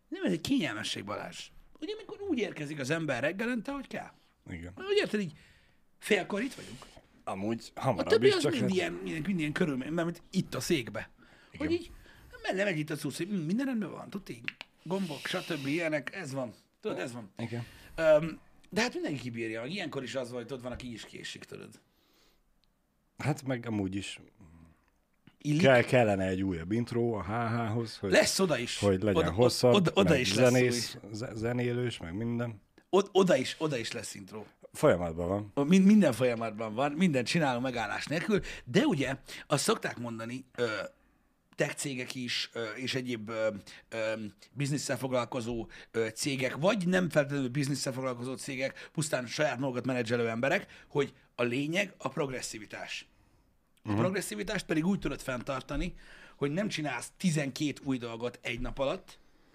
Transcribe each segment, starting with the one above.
Nem, ez egy kényelmesség, Balázs. Ugye, amikor úgy érkezik az ember reggelente, hogy kell. Igen. Úgy érted, így félkor itt vagyunk. Amúgy A hamarabb többi is az csak... mind ilyen körülmény, mert itt a székbe. Igen. Hogy így, lemegy itt a cucc, hogy minden rendben van, tudod így, gombok, stb. Ilyenek, ez van. Tudod, ez van. Igen. De hát mindenki kibírja, meg ilyenkor is az van, hogy ott van, aki is késik, tudod. Hát meg amúgy is Illik. kellene egy újabb intro a HH-hoz, hogy, Lesz oda is. hogy legyen hosszabb, oda meg is lesz zenész, zenélős, meg minden. Oda is lesz intro. Folyamatban van. Minden folyamatban van, mindent csinálunk megállás nélkül, de ugye azt szokták mondani tech cégek is, és egyéb bizniszszel foglalkozó cégek, vagy nem feltétlenül bizniszszel foglalkozó cégek, pusztán saját magukat menedzselő emberek, hogy a lényeg a progresszivitás. A progresszivitást pedig úgy tudod fenntartani, hogy nem csinálsz 12 új dolgot egy nap alatt,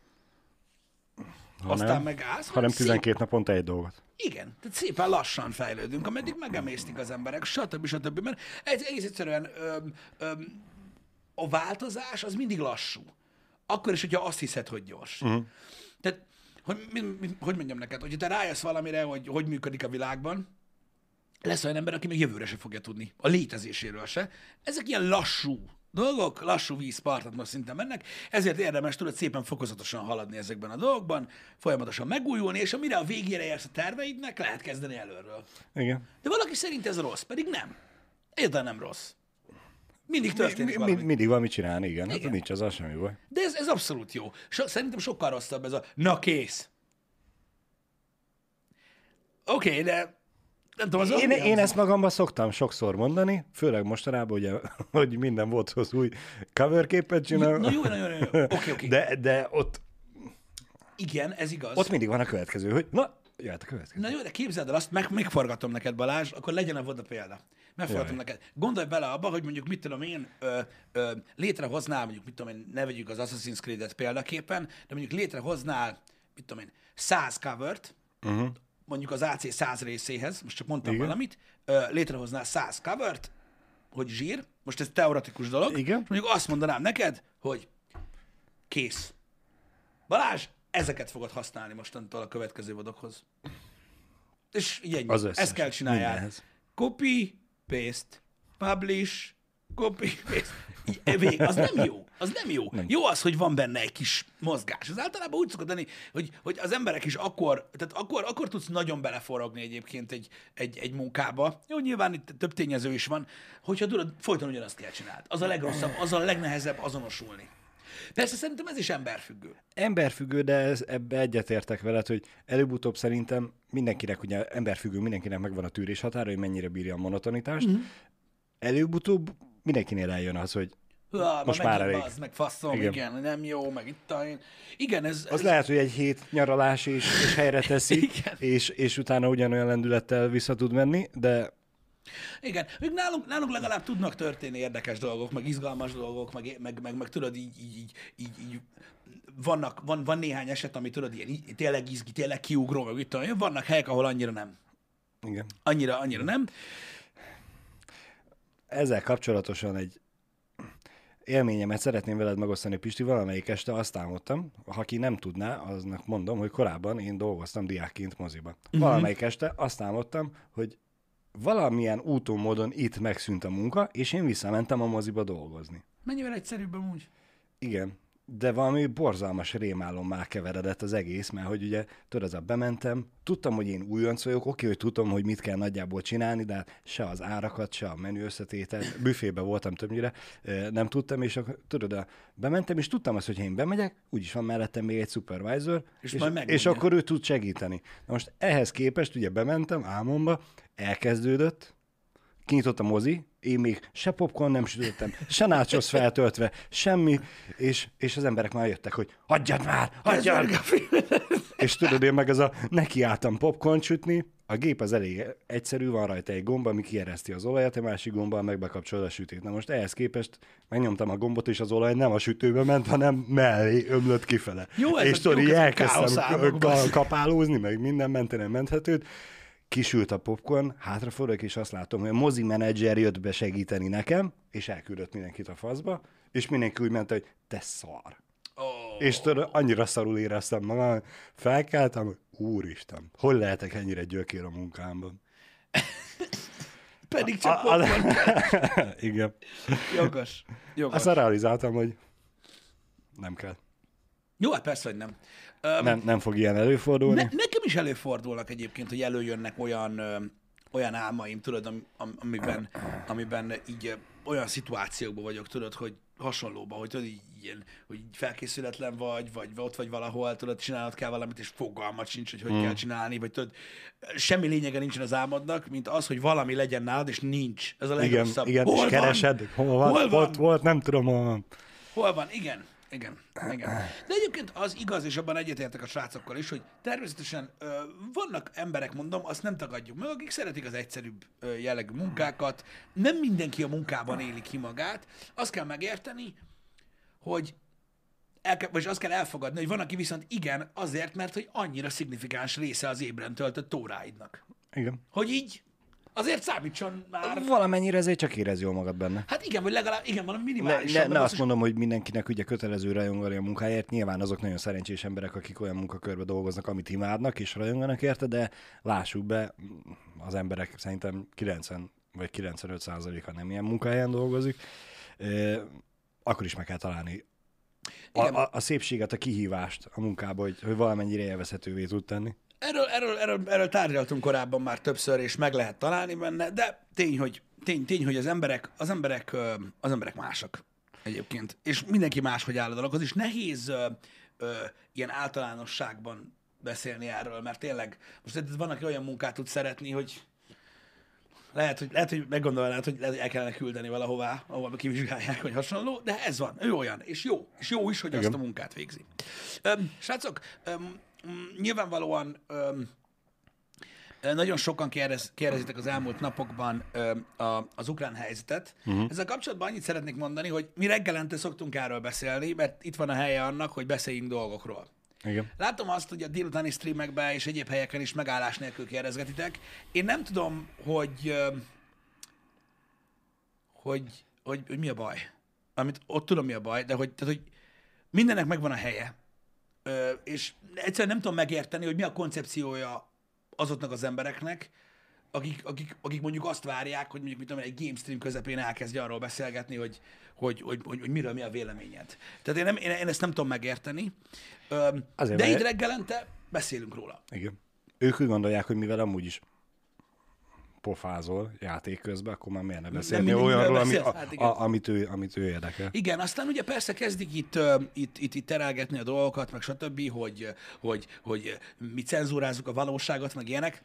aztán megállsz, hanem 12 naponta egy dolgot. igen, tehát szépen lassan fejlődünk, ameddig megemésztik az emberek, stb. Mert egész egyszerűen a változás az mindig lassú. Akkor is, hogyha azt hiszed, hogy gyors. Tehát, hogy mondjam neked, hogyha te rájössz valamire, hogy működik a világban, lesz olyan ember, aki még jövőre se fogja tudni, a létezéséről se. Ezek ilyen lassú dolgok, lassú víz partatlan szinten mennek, ezért érdemes tudod szépen fokozatosan haladni ezekben a dolgokban, folyamatosan megújulni, és amire a végére érsz a terveidnek, lehet kezdeni előről. Igen. De valaki szerint ez rossz, pedig nem. Egyáltalán nem rossz. Mindig történik valami. Mindig valamit csinálni, igen. Igen. Hát nincs az semmi baj. De ez abszolút jó. Szerintem sokkal rosszabb ez a na kész. Oké, de nem tudom, az Én ezt magamban szoktam sokszor mondani, főleg mostanában, ugye, hogy minden volt az új cover képet csinál. Na jó, nagyon jó. Oké. De ott, Igen, ez igaz. ott mindig van a következő, hogy na, jöhet a következő. Na jó, de képzeld el azt, megforgatom neked, Balázs, akkor legyen a voda példa. Megforgatom neked. Gondolj bele abba, hogy mondjuk mit tudom én, létrehoznál, mondjuk mit tudom én, ne vegyük az Assassin's Creed-et példaképpen, de mondjuk létrehoznál, mit tudom én, 100 covert, mondjuk az AC 100 részéhez, most csak mondtam Igen. valamit, létrehoznál 100 covert, hogy zsír, most ez teoretikus dolog, Igen. és mondjuk azt mondanám neked, hogy kész. Balázs, ezeket fogod használni mostantól a következő vodokhoz. És így ennyi. Az összes. Ezt kell csináljál. Mindenhez. Copy, paste, publish, copy, paste. Vég. Az nem jó. Az nem jó. Nem. Jó az, hogy van benne egy kis mozgás. Az általában úgy szokott lenni, hogy az emberek is akkor tudsz nagyon beleforogni egyébként egy munkába. Jó, nyilván itt több tényező is van, hogyha tudod, folyton ugyanazt kell csinálni. Az a legrosszabb, az a legnehezebb azonosulni. Persze szerintem ez is emberfüggő. Emberfüggő, de ebbe egyetértek veled, hogy előbb-utóbb szerintem mindenkinek, ugye emberfüggő, mindenkinek megvan a tűrés határa, hogy mennyire bírja a monotonitást. Előbb-utóbb mindenkinél eljön az, hogy most már elég. Az, meg faszom, igen, nem jó, meg itt igen, ez... Az lehet, hogy egy hét nyaralás és helyre teszi, és utána ugyanolyan lendülettel vissza tud menni, de... Igen, még nálunk legalább tudnak történni érdekes dolgok, meg izgalmas dolgok, meg tudod, így van néhány eset, ami tudod, ilyen tényleg izgi, tényleg kiugró, meg itt olyan, vannak helyek, ahol annyira nem. Igen. Annyira nem. Ezzel kapcsolatosan egy élményemet szeretném veled megosztani, Pisti, valamelyik este azt álmodtam, ha ki nem tudná, aznak mondom, hogy korábban én dolgoztam diákként moziba. Valamelyik este azt álmodtam, hogy valamilyen úton, módon itt megszűnt a munka, és én visszamentem a moziba dolgozni. Mennyivel egyszerűbb amúgy? Igen, de valami borzalmas rémálommá keveredett az egész, mert hogy ugye, tudod, az bementem, tudtam, hogy én újonc vagyok, oké, hogy tudom, hogy mit kell nagyjából csinálni, de se az árakat, se a menü összetételt, büfébe voltam többnyire, nem tudtam, és akkor tudod, bementem, és tudtam azt, hogy ha én bemegyek, úgyis van mellettem még egy supervisor, és akkor ő tud segíteni. Na most ehhez képest ugye bementem álmomba, elkezdődött, kinyitott a mozi, én még se popcorn nem sütöttem, se nachos feltöltve, semmi, és az emberek már jöttek, hogy hagyjad már, hagyjad! És tudod, én meg nekiálltam popcorn sütni, a gép az elég egyszerű, van rajta egy gomba, ami kiereszti az olajat, egy másik gombbal meg bekapcsolod a sütét. Na most ehhez képest megnyomtam a gombot, és az olaj nem a sütőbe ment, hanem mellé ömlött kifele. Jó, és tudod, így elkezdtem kapálózni, meg minden mentenen menthetőt. Kisült a popcorn, hátrafordulok, és azt látom, hogy a mozi menedzser jött be segíteni nekem, és elküldött mindenkit a faszba, és mindenki úgy ment, hogy te szar. És tudod, annyira szarul éreztem magam, felkeltem, hogy úristen, hol lehetek ennyire gyökér a munkámban? Pedig csak popcorn. Igen. Jogos. Aztán realizáltam, hogy nem kell. Jó, hát persze, hogy nem. Nem fog ilyen előfordulni. Nekem is előfordulnak egyébként, hogy előjönnek olyan álmaim, tudod, amiben így olyan szituációkban vagyok, tudod, hogy hasonlóban, hogy tudod, így ilyen, hogy így felkészületlen vagy ott vagy valahol, tudod, csinálnod kell valamit, és fogalmat sincs, hogy kell csinálni, vagy tudod, semmi lényege nincsen az álmodnak, mint az, hogy valami legyen nálad, és nincs. Ez a legrosszabb. Igen, hol és keresed, hol van? Ott volt, nem tudom, hol van. Hol van? Igen. De egyébként az igaz, és abban egyetértek a srácokkal is, hogy természetesen vannak emberek, mondom, azt nem tagadjuk meg, akik szeretik az egyszerűbb jellegű munkákat. Nem mindenki a munkában éli ki magát. Azt kell megérteni, hogy vagy azt kell elfogadni, hogy van, aki viszont igen, azért, mert hogy annyira szignifikáns része az ébren töltött óráidnak. Igen. Hogy így azért számítson már. Valamennyire ezért csak érez jól magad benne. Hát igen, vagy legalább igen, valami minimális. Ne azt mondom, hogy mindenkinek ugye kötelező rajongani a munkáért. Nyilván azok nagyon szerencsés emberek, akik olyan munkakörbe dolgoznak, amit imádnak, és rajonganak érte, de lássuk be, az emberek szerintem 90 vagy 95%-a nem ilyen munkahelyen dolgozik. Akkor is meg kell találni a szépséget, a kihívást a munkába, hogy valamennyire élvezhetővé tud tenni. Erről tárgyaltunk korábban már többször, és meg lehet találni benne, de tény, hogy az emberek másak egyébként. És mindenki máshogy áll a dologhoz, és nehéz ilyen általánosságban beszélni erről, mert tényleg most van, aki olyan munkát tud szeretni, hogy lehet, hogy meggondolnád, hogy el kellene küldeni valahová, ahol kivizsgálják, hogy hasonló, de ez van, ő olyan, és jó is, hogy igen, azt a munkát végzi. Srácok, nyilvánvalóan nagyon sokan kérdezitek az elmúlt napokban az ukrán helyzetet. Ezzel kapcsolatban annyit szeretnék mondani, hogy mi reggelente szoktunk erről beszélni, mert itt van a helye annak, hogy beszéljünk dolgokról. Igen. Látom azt, hogy a délutáni streamekben és egyéb helyeken is megállás nélkül kérdezgetitek. Én nem tudom, hogy mi a baj. Ott tudom, mi a baj, de hogy mindennek megvan a helye. És egyszerűen nem tudom megérteni, hogy mi a koncepciója azoknak az embereknek, akik mondjuk azt várják, hogy mondjuk mit tudom, egy game stream közepén elkezdje arról beszélgetni, hogy miről mi a véleményed. Tehát én ezt nem tudom megérteni, de így reggelente beszélünk róla. Igen. Ők úgy gondolják, hogy mivel amúgy is pofázol játék közben, akkor már miért ne beszélni olyanról, amit ő érdekel. Igen, aztán ugye persze kezdik itt terelgetni a dolgokat, meg stb., hogy mi cenzúrázzuk a valóságot, meg ilyenek.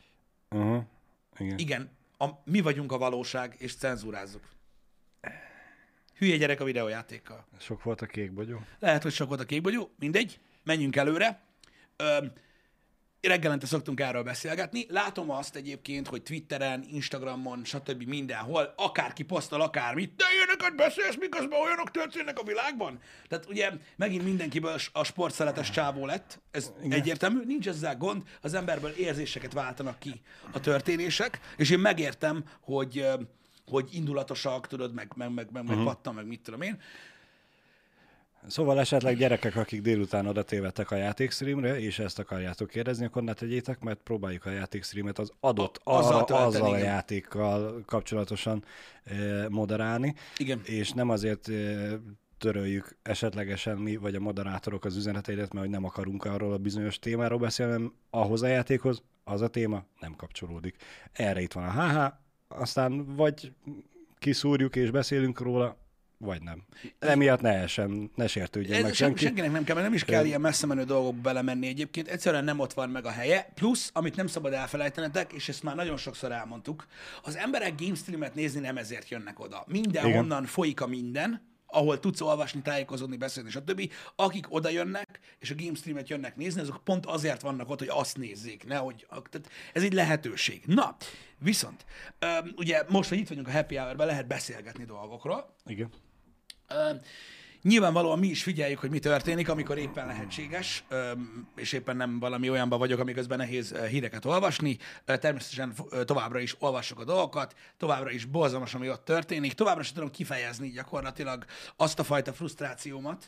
Igen, mi vagyunk a valóság, és cenzúrázzuk. Hülye gyerek a videójátékkal. Sok volt a kékbogyó? Lehet, hogy sok volt a kékbogyó, mindegy, menjünk előre. Reggelente szoktunk erről beszélgetni. Látom azt egyébként, hogy Twitteren, Instagramon, stb. Mindenhol, akárki posztol akármit, de ilyeneket beszélsz, miközben olyanok történnek a világban. Tehát ugye megint mindenkiből a sportszeletes csávó lett, ez igen, egyértelmű, nincs ezzel gond, az emberből érzéseket váltanak ki a történések, és én megértem, hogy indulatosak, tudod, meg pattan, meg mit tudom én. Szóval esetleg gyerekek, akik délután oda tévedtek a játékstreamre, és ezt akarjátok kérdezni, akkor ne tegyétek, mert próbáljuk a játékstreamet az adott azzal a játékkal kapcsolatosan moderálni. Igen. És nem azért töröljük esetlegesen mi, vagy a moderátorok az üzeneteidet, mert hogy nem akarunk arról a bizonyos témáról beszélni, hanem ahhoz a játékhoz, az a téma nem kapcsolódik. Erre itt van a HH, aztán vagy kiszúrjuk és beszélünk róla, vagy nem. Emiatt ne sértődjön meg senki. Senkinek nem kell, mert nem is kell ilyen messze menő dolgokba belemenni egyébként. Egyszerűen nem ott van meg a helye. Plusz, amit nem szabad elfelejtenetek, és ezt már nagyon sokszor elmondtuk, az emberek game streamet nézni nem ezért jönnek oda. Mindenhonnan folyik a minden, ahol tudsz olvasni, tájékozódni, beszélni, stb. Akik oda jönnek, és a game streamet jönnek nézni, azok pont azért vannak ott, hogy azt nézzék. Tehát ez egy lehetőség. Na, viszont, ugye most, hogy itt vagyunk a happy hour-ben, lehet beszélgetni dolgokról. Igen. Nyilvánvalóan mi is figyeljük, hogy mi történik, amikor éppen lehetséges, és éppen nem valami olyanban vagyok, amiközben nehéz híreket olvasni. Természetesen továbbra is olvassuk a dolgokat, továbbra is borzalmas, ami ott történik, továbbra is tudom kifejezni gyakorlatilag azt a fajta frusztrációmat,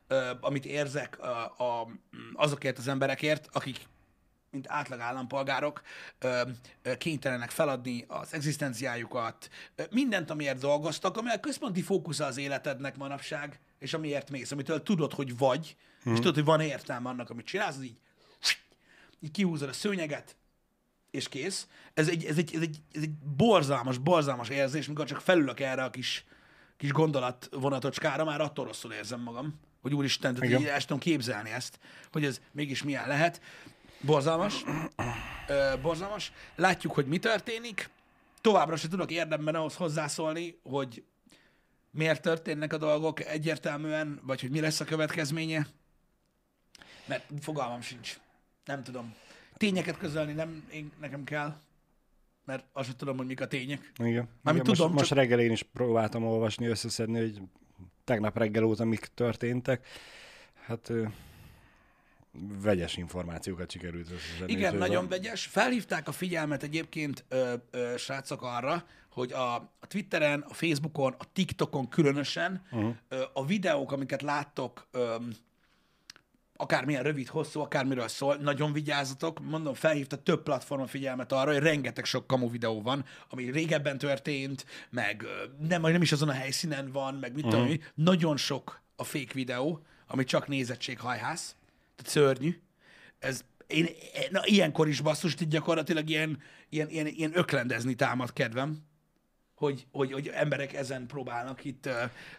amit érzek azokért az emberekért, akik mint átlag állampolgárok kénytelenek feladni az egzisztenciájukat, mindent, amiért dolgoztak, ami a központi fókusza az életednek manapság, és amiért mész, amitől tudod, hogy vagy, és tudod, hogy van értelme annak, amit csinálsz, az így kihúzod a szőnyeget, és kész. Ez egy borzalmas érzés, mikor csak felülök erre a kis gondolatvonatocskára, már attól rosszul érzem magam, hogy úristen, tehát így el tudom képzelni ezt, hogy ez mégis milyen lehet. Borzalmas. Borzalmas. Látjuk, hogy mi történik. Továbbra se tudok érdemben ahhoz hozzászólni, hogy miért történnek a dolgok egyértelműen, vagy hogy mi lesz a következménye. Mert fogalmam sincs. Nem tudom. Tényeket közölni nekem kell, mert azt sem tudom, hogy mik a tények. Igen. Tudom, most reggel én is próbáltam olvasni, összeszedni, hogy tegnap reggel óta mik történtek. Hát vegyes információkat sikerült összeszedni. Igen, nagyon vegyes. Felhívták a figyelmet egyébként srácok arra, hogy a Twitteren, a Facebookon, a TikTokon különösen a videók, amiket láttok, akármilyen rövid, hosszú, akármiről szól, nagyon vigyázzatok. Mondom, felhívta több platformon figyelmet arra, hogy rengeteg sok kamu videó van, ami régebben történt, meg nem is azon a helyszínen van, meg mit tudom, nagyon sok a fake videó, ami csak nézettséghajhász. Tehát szörnyű. Ilyenkor is basszus, itt gyakorlatilag ilyen öklendezni támad kedvem, hogy emberek ezen próbálnak itt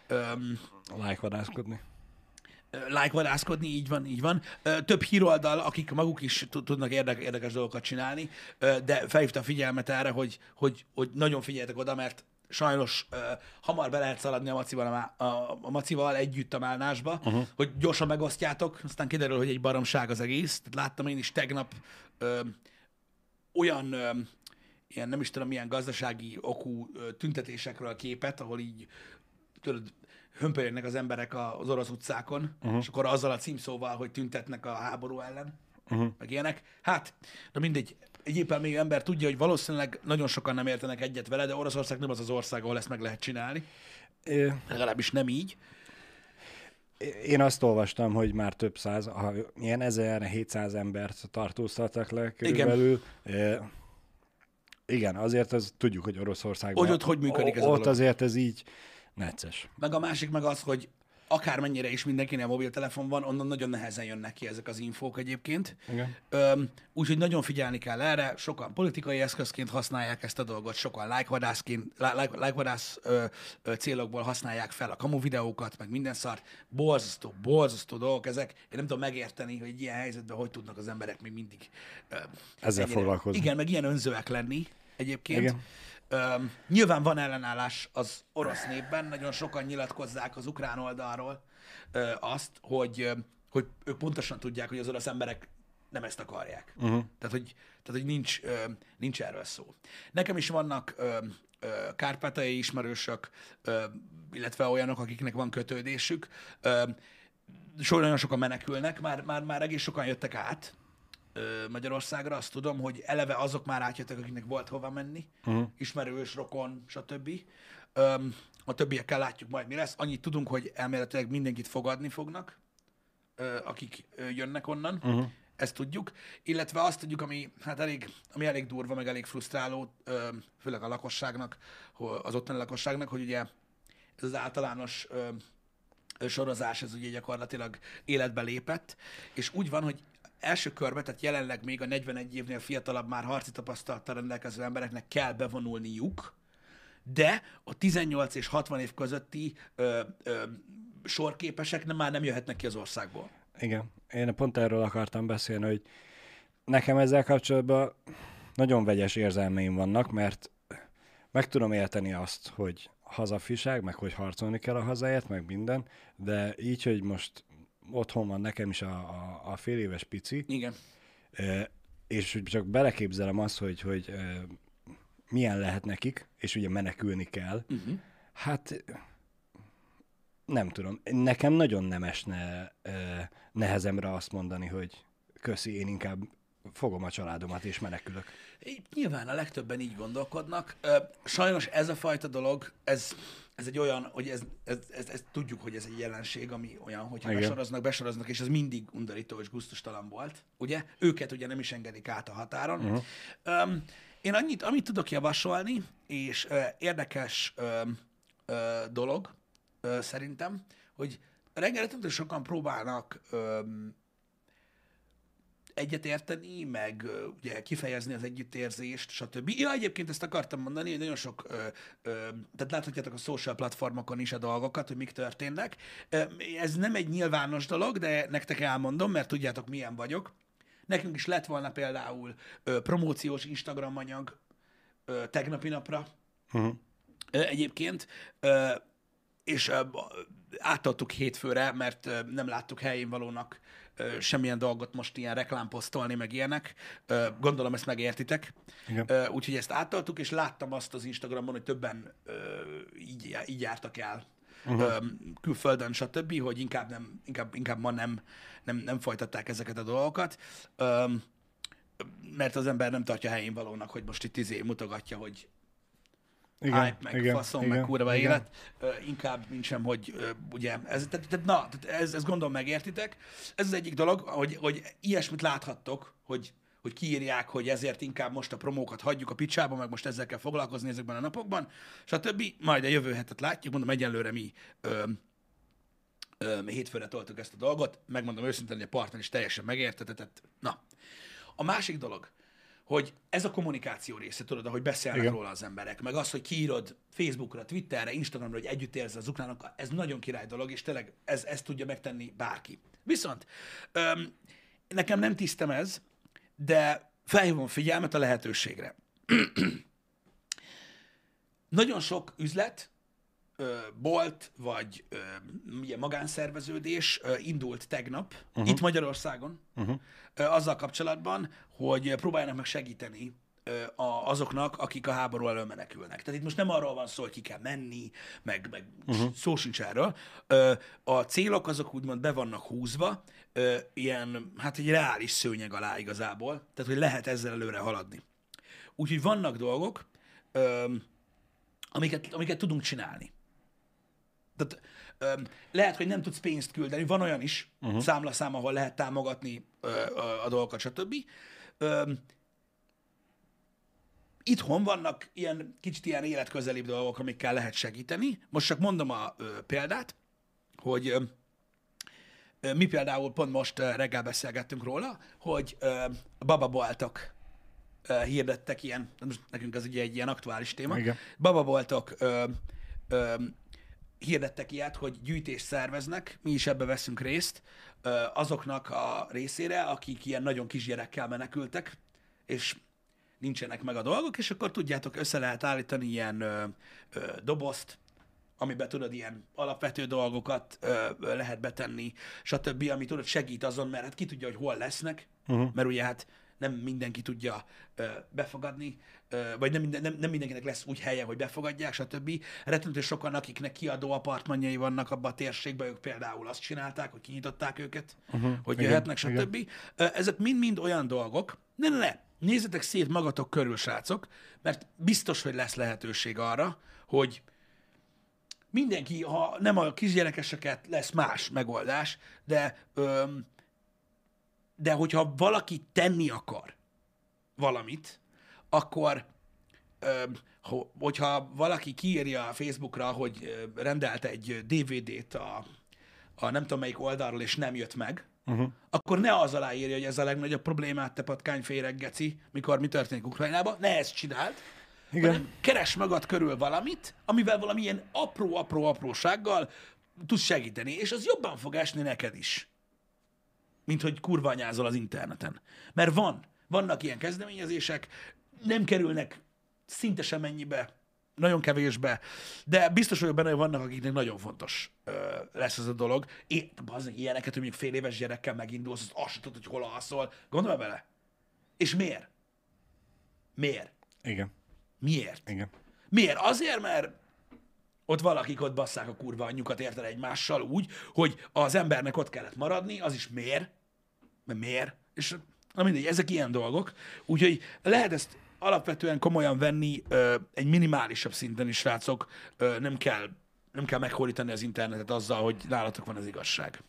lájkvadászkodni, így van. Több híroldal, akik maguk is tudnak érdekes dolgokat csinálni, de felhívta a figyelmet erre, hogy nagyon figyeljetek oda, mert sajnos hamar be lehet szaladni a macival együtt a málnásba, hogy gyorsan megosztjátok, aztán kiderül, hogy egy baromság az egész. Tehát láttam én is tegnap olyan, ilyen nem is tudom, milyen gazdasági okú tüntetésekről képet, ahol így, tudod, hömpölyögnek az emberek az orosz utcákon, és akkor azzal a címszóval, hogy tüntetnek a háború ellen, meg ilyenek. Hát, de mindegy, egy éppen még ember tudja, hogy valószínűleg nagyon sokan nem értenek egyet vele, de Oroszország nem az az ország, ahol ezt meg lehet csinálni. Legalábbis nem így. Én azt olvastam, hogy már több száz, ilyen 1700 embert tartóztattak le körülbelül. Igen, azért az, tudjuk, hogy Oroszországban... Hogy működik ez a dolog. Ott azért ez így necces. Meg a másik meg az, hogy akármennyire is mindenkinél mobiltelefon van, onnan nagyon nehezen jönnek ki ezek az infók egyébként. Úgyhogy nagyon figyelni kell erre, sokan politikai eszközként használják ezt a dolgot, sokan lájkvadász célokból használják fel a kamu videókat, meg minden szart. Borzasztó dolgok ezek. Én nem tudom megérteni, hogy ilyen helyzetben hogy tudnak az emberek még mindig ezzel foglalkozni. Igen, meg ilyen önzőek lenni egyébként. Igen. Nyilván van ellenállás az orosz népben, nagyon sokan nyilatkozzák az ukrán oldalról azt, hogy ők pontosan tudják, hogy az orosz emberek nem ezt akarják. Tehát, hogy nincs erről szó. Nekem is vannak kárpátaljai ismerősök, illetve olyanok, akiknek van kötődésük. Nagyon sokan menekülnek, már egész sokan jöttek át Magyarországra, azt tudom, hogy eleve azok már átjöttek, akiknek volt hova menni, ismerős, rokon, stb. A többiekkel látjuk majd, mi lesz. Annyit tudunk, hogy elméletileg mindenkit fogadni fognak, akik jönnek onnan. Ezt tudjuk. Illetve azt tudjuk, ami elég durva, meg elég frusztráló, főleg a lakosságnak, az ottani lakosságnak, hogy ugye ez az általános sorozás, ez ugye gyakorlatilag életbe lépett, és úgy van, hogy első körben, tehát jelenleg még a 41 évnél fiatalabb, már harci tapasztalattal rendelkező embereknek kell bevonulniuk, de a 18 és 60 év közötti sorképesek már nem jöhetnek ki az országból. Igen, én pont erről akartam beszélni, hogy nekem ezzel kapcsolatban nagyon vegyes érzelmeim vannak, mert meg tudom érteni azt, hogy hazafiság, meg hogy harcolni kell a hazáért, meg minden, de így, hogy most otthon van nekem is a fél éves pici. Igen. És csak beleképzelem azt, hogy milyen lehet nekik, és ugye menekülni kell. Hát nem tudom. Nekem nagyon nem esne nehezemre azt mondani, hogy köszi, én inkább fogom a családomat és menekülök. Nyilván a legtöbben így gondolkodnak. Sajnos ez a fajta dolog, ez egy olyan, hogy ez tudjuk, hogy ez egy jelenség, ami olyan, hogyha besoroznak, és ez mindig undorító és gusztustalan volt, ugye? Őket ugye nem is engedik át a határon. Én amit tudok javasolni, és érdekes dolog szerintem, hogy rengeteg sokan próbálnak egyetérteni, meg ugye kifejezni az együttérzést, stb. Ja, egyébként ezt akartam mondani, hogy nagyon sok, tehát láthatjátok a social platformokon is a dolgokat, hogy mik történnek. Ez nem egy nyilvános dolog, de nektek elmondom, mert tudjátok, milyen vagyok. Nekünk is lett volna például promóciós Instagram anyag tegnapi napra egyébként, és átadtuk hétfőre, mert nem láttuk helyén valónak semmilyen dolgot most ilyen reklámposztolni, meg ilyenek. Gondolom ezt megértitek. Úgyhogy ezt átadtuk, és láttam azt az Instagramon, hogy többen így jártak el külföldön, stb., hogy inkább ma nem folytatták ezeket a dolgokat, mert az ember nem tartja helyén valónak, hogy most itt mutogatja, hogy hype, meg faszom, meg kurva élet. Inkább, mint sem, hogy ugye, ez gondolom megértitek. Ez az egyik dolog, hogy ilyesmit láthattok, hogy kiírják, hogy ezért inkább most a promókat hagyjuk a picsába, meg most ezzel kell foglalkozni ezekben a napokban, stb. Majd a jövő hetet látjuk, mondom, egyelőre mi hétfőre toltuk ezt a dolgot, megmondom őszintén, hogy a partner is teljesen megértetett. Na, a másik dolog, hogy ez a kommunikáció része, tudod, ahogy beszélnek róla az emberek, meg az, hogy kiírod Facebookra, Twitterre, Instagramra, hogy együtt érzel az ukránokkal, ez nagyon király dolog, és tényleg ezt tudja megtenni bárki. Viszont nekem nem tisztem ez, de felhívom figyelmet a lehetőségre. Nagyon sok üzlet, bolt, vagy ilyen magánszerveződés indult tegnap, itt Magyarországon, azzal kapcsolatban, hogy próbáljanak meg segíteni azoknak, akik a háború elől menekülnek. Tehát itt most nem arról van szó, hogy ki kell menni, meg szó sincs erről. A célok azok úgymond be vannak húzva, ilyen, hát egy reális szőnyeg alá igazából, tehát hogy lehet ezzel előre haladni. Úgyhogy vannak dolgok, amiket tudunk csinálni. Tehát, lehet, hogy nem tudsz pénzt küldeni, van olyan is, számlaszám, ahol lehet támogatni a dolgokat, stb. Itthon vannak kicsit ilyen életközelibb dolgok, amikkel lehet segíteni. Most csak mondom a példát, hogy mi például pont most reggel beszélgettünk róla, hogy bababoltok hirdettek ilyen, most nekünk az ugye egy ilyen aktuális téma, bababoltok hirdettek ilyet, hogy gyűjtést szerveznek, mi is ebbe veszünk részt, azoknak a részére, akik ilyen nagyon kisgyerekkel menekültek, és nincsenek meg a dolgok, és akkor tudjátok, össze lehet állítani ilyen dobozt, amiben tudod, ilyen alapvető dolgokat lehet betenni, stb., ami tudod segít azon, mert hát ki tudja, hogy hol lesznek, mert ugye hát nem mindenki tudja befogadni, vagy nem mindenkinek lesz úgy helye, hogy befogadják, stb. Rettentő sokan, akiknek kiadó apartmanjai vannak abban a térségben, ők például azt csinálták, hogy kinyitották őket, hogy jöhetnek, stb. Ezek mind-mind olyan dolgok. Ne, nézzetek szét magatok körül, srácok, mert biztos, hogy lesz lehetőség arra, hogy mindenki, ha nem a kisgyerekeseket, lesz más megoldás, de hogyha valaki tenni akar valamit, akkor hogyha valaki kiírja a Facebookra, hogy rendelt egy DVD-t a nem tudom melyik oldalról, és nem jött meg, akkor ne az alá írja, hogy ez a legnagyobb problémát, te patkányféreg, geci, mikor mi történik Ukrajnában, ne ezt csináld, hanem keres magad körül valamit, amivel valamilyen aprósággal tudsz segíteni, és az jobban fog esni neked is, mint hogy kurva anyázol az interneten. Mert vannak ilyen kezdeményezések, nem kerülnek szinte sem mennyibe, nagyon kevésbe, de biztos vagyok benne, hogy vannak, akiknek nagyon fontos lesz ez a dolog. Bazdmeg ilyeneket, hogy mondjuk fél éves gyerekkel megindulsz, azt sem tudod, hogy hol alszol. Gondolj bele? És miért? Igen. Miért? Igen. Miért? Azért, mert ott valakik ott basszák a kurva anyjukat, érted, egymással úgy, hogy az embernek ott kellett maradni, az is miért? Mert miért? És Na mindegy, ezek ilyen dolgok. Úgyhogy lehet ezt alapvetően komolyan venni egy minimálisabb szinten is, srácok. Nem kell meghódítani az internetet azzal, hogy nálatok van az igazság.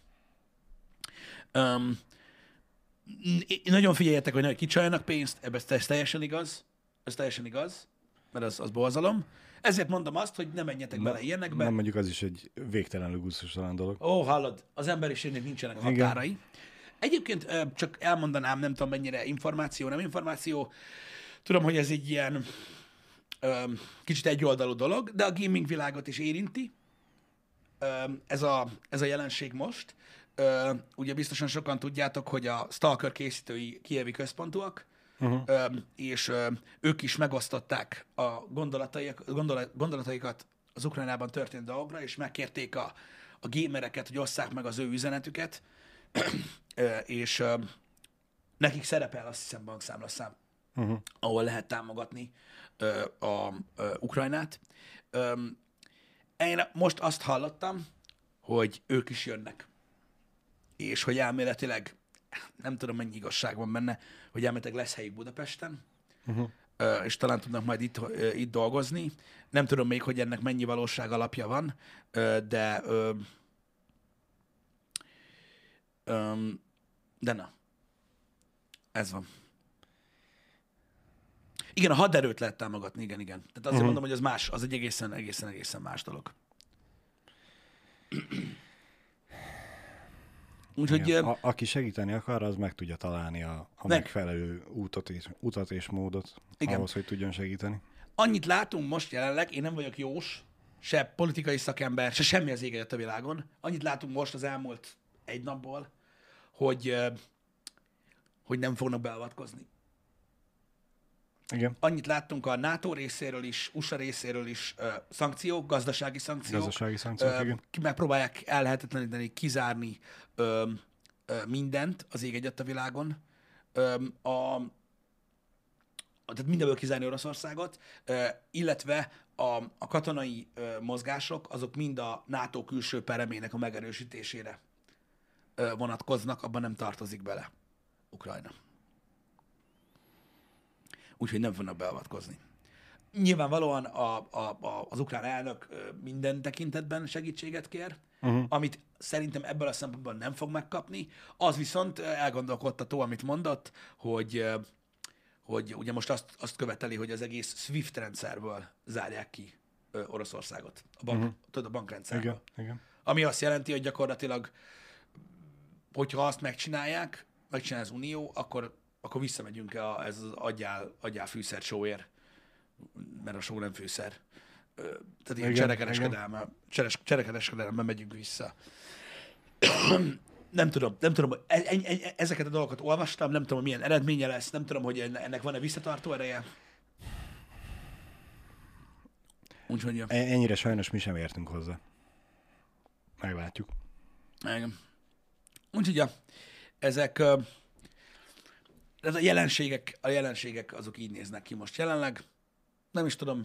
Nagyon figyeljetek, hogy kicsaljanak pénzt, ez teljesen igaz. Ez teljesen igaz, mert az borzalom. Ezért mondom azt, hogy ne menjetek bele ilyenekbe. Nem mondjuk az is egy végtelenül gusztustalan dolog. Ó, hallod, az emberiségnek nincsenek határai. Igen. Egyébként csak elmondanám, nem tudom mennyire információ, nem információ. Tudom, hogy ez egy ilyen kicsit egyoldalú dolog, de a gaming világot is érinti. Ez a jelenség most. Ugye biztosan sokan tudjátok, hogy a Stalker készítői kijevi központúak, és ők is megosztották a gondolataikat az Ukrajnában történt dolgokra, és megkérték a gamereket, hogy osszák meg az ő üzenetüket, és nekik szerepel, azt hiszem, bankszámlaszám, ahol lehet támogatni a Ukrajnát. Én most azt hallottam, hogy ők is jönnek, és hogy elméletileg, nem tudom mennyi igazság van benne, hogy elméletileg lesz helyük Budapesten, és talán tudnak majd itt dolgozni. Nem tudom még, hogy ennek mennyi valóság alapja van, de na, ez van. Igen, a haderőt lehet támogatni, igen. Tehát azért mondom, hogy az más, az egy egészen más dolog. Úgyhogy, aki segíteni akar, az meg tudja találni a megfelelő utat és módot ahhoz, hogy tudjon segíteni. Annyit látunk most jelenleg, én nem vagyok jós, se politikai szakember, se semmi az ég a világon. Annyit látunk most az elmúlt egy napból, hogy nem fognak beavatkozni. Igen. Annyit láttunk a NATO részéről is, USA részéről is szankciók, gazdasági szankciók. Igen. Megpróbálják ellehetetleníteni, kizárni mindent az ég egyet a világon. Tehát mindenből kizárni Oroszországot, illetve a katonai mozgások, azok mind a NATO külső peremének a megerősítésére vonatkoznak, abban nem tartozik bele Ukrajna. Úgyhogy nem fognak beavatkozni. Nyilvánvalóan az ukrán elnök minden tekintetben segítséget kér, amit szerintem ebből a szempontból nem fog megkapni. Az viszont elgondolkodtató, amit mondott, hogy ugye most azt követeli, hogy az egész SWIFT rendszerből zárják ki Oroszországot. A bankrendszerből. Igen. Ami azt jelenti, hogy gyakorlatilag, hogyha azt megcsinálja az Unió, akkor visszamegyünk ez az adjál fűszer sóért, mert a só nem fűszer. Tehát ilyen cserekereskedelemben megyünk vissza. Nem tudom, ezeket a dolgokat olvastam, nem tudom, milyen eredménye lesz, nem tudom, hogy ennek van-e visszatartó ereje. Úgyhogy... Ennyire sajnos mi sem értünk hozzá. Meglátjuk. Igen. Úgyhogy ezek... Ez a jelenségek azok így néznek ki most jelenleg. Nem is tudom,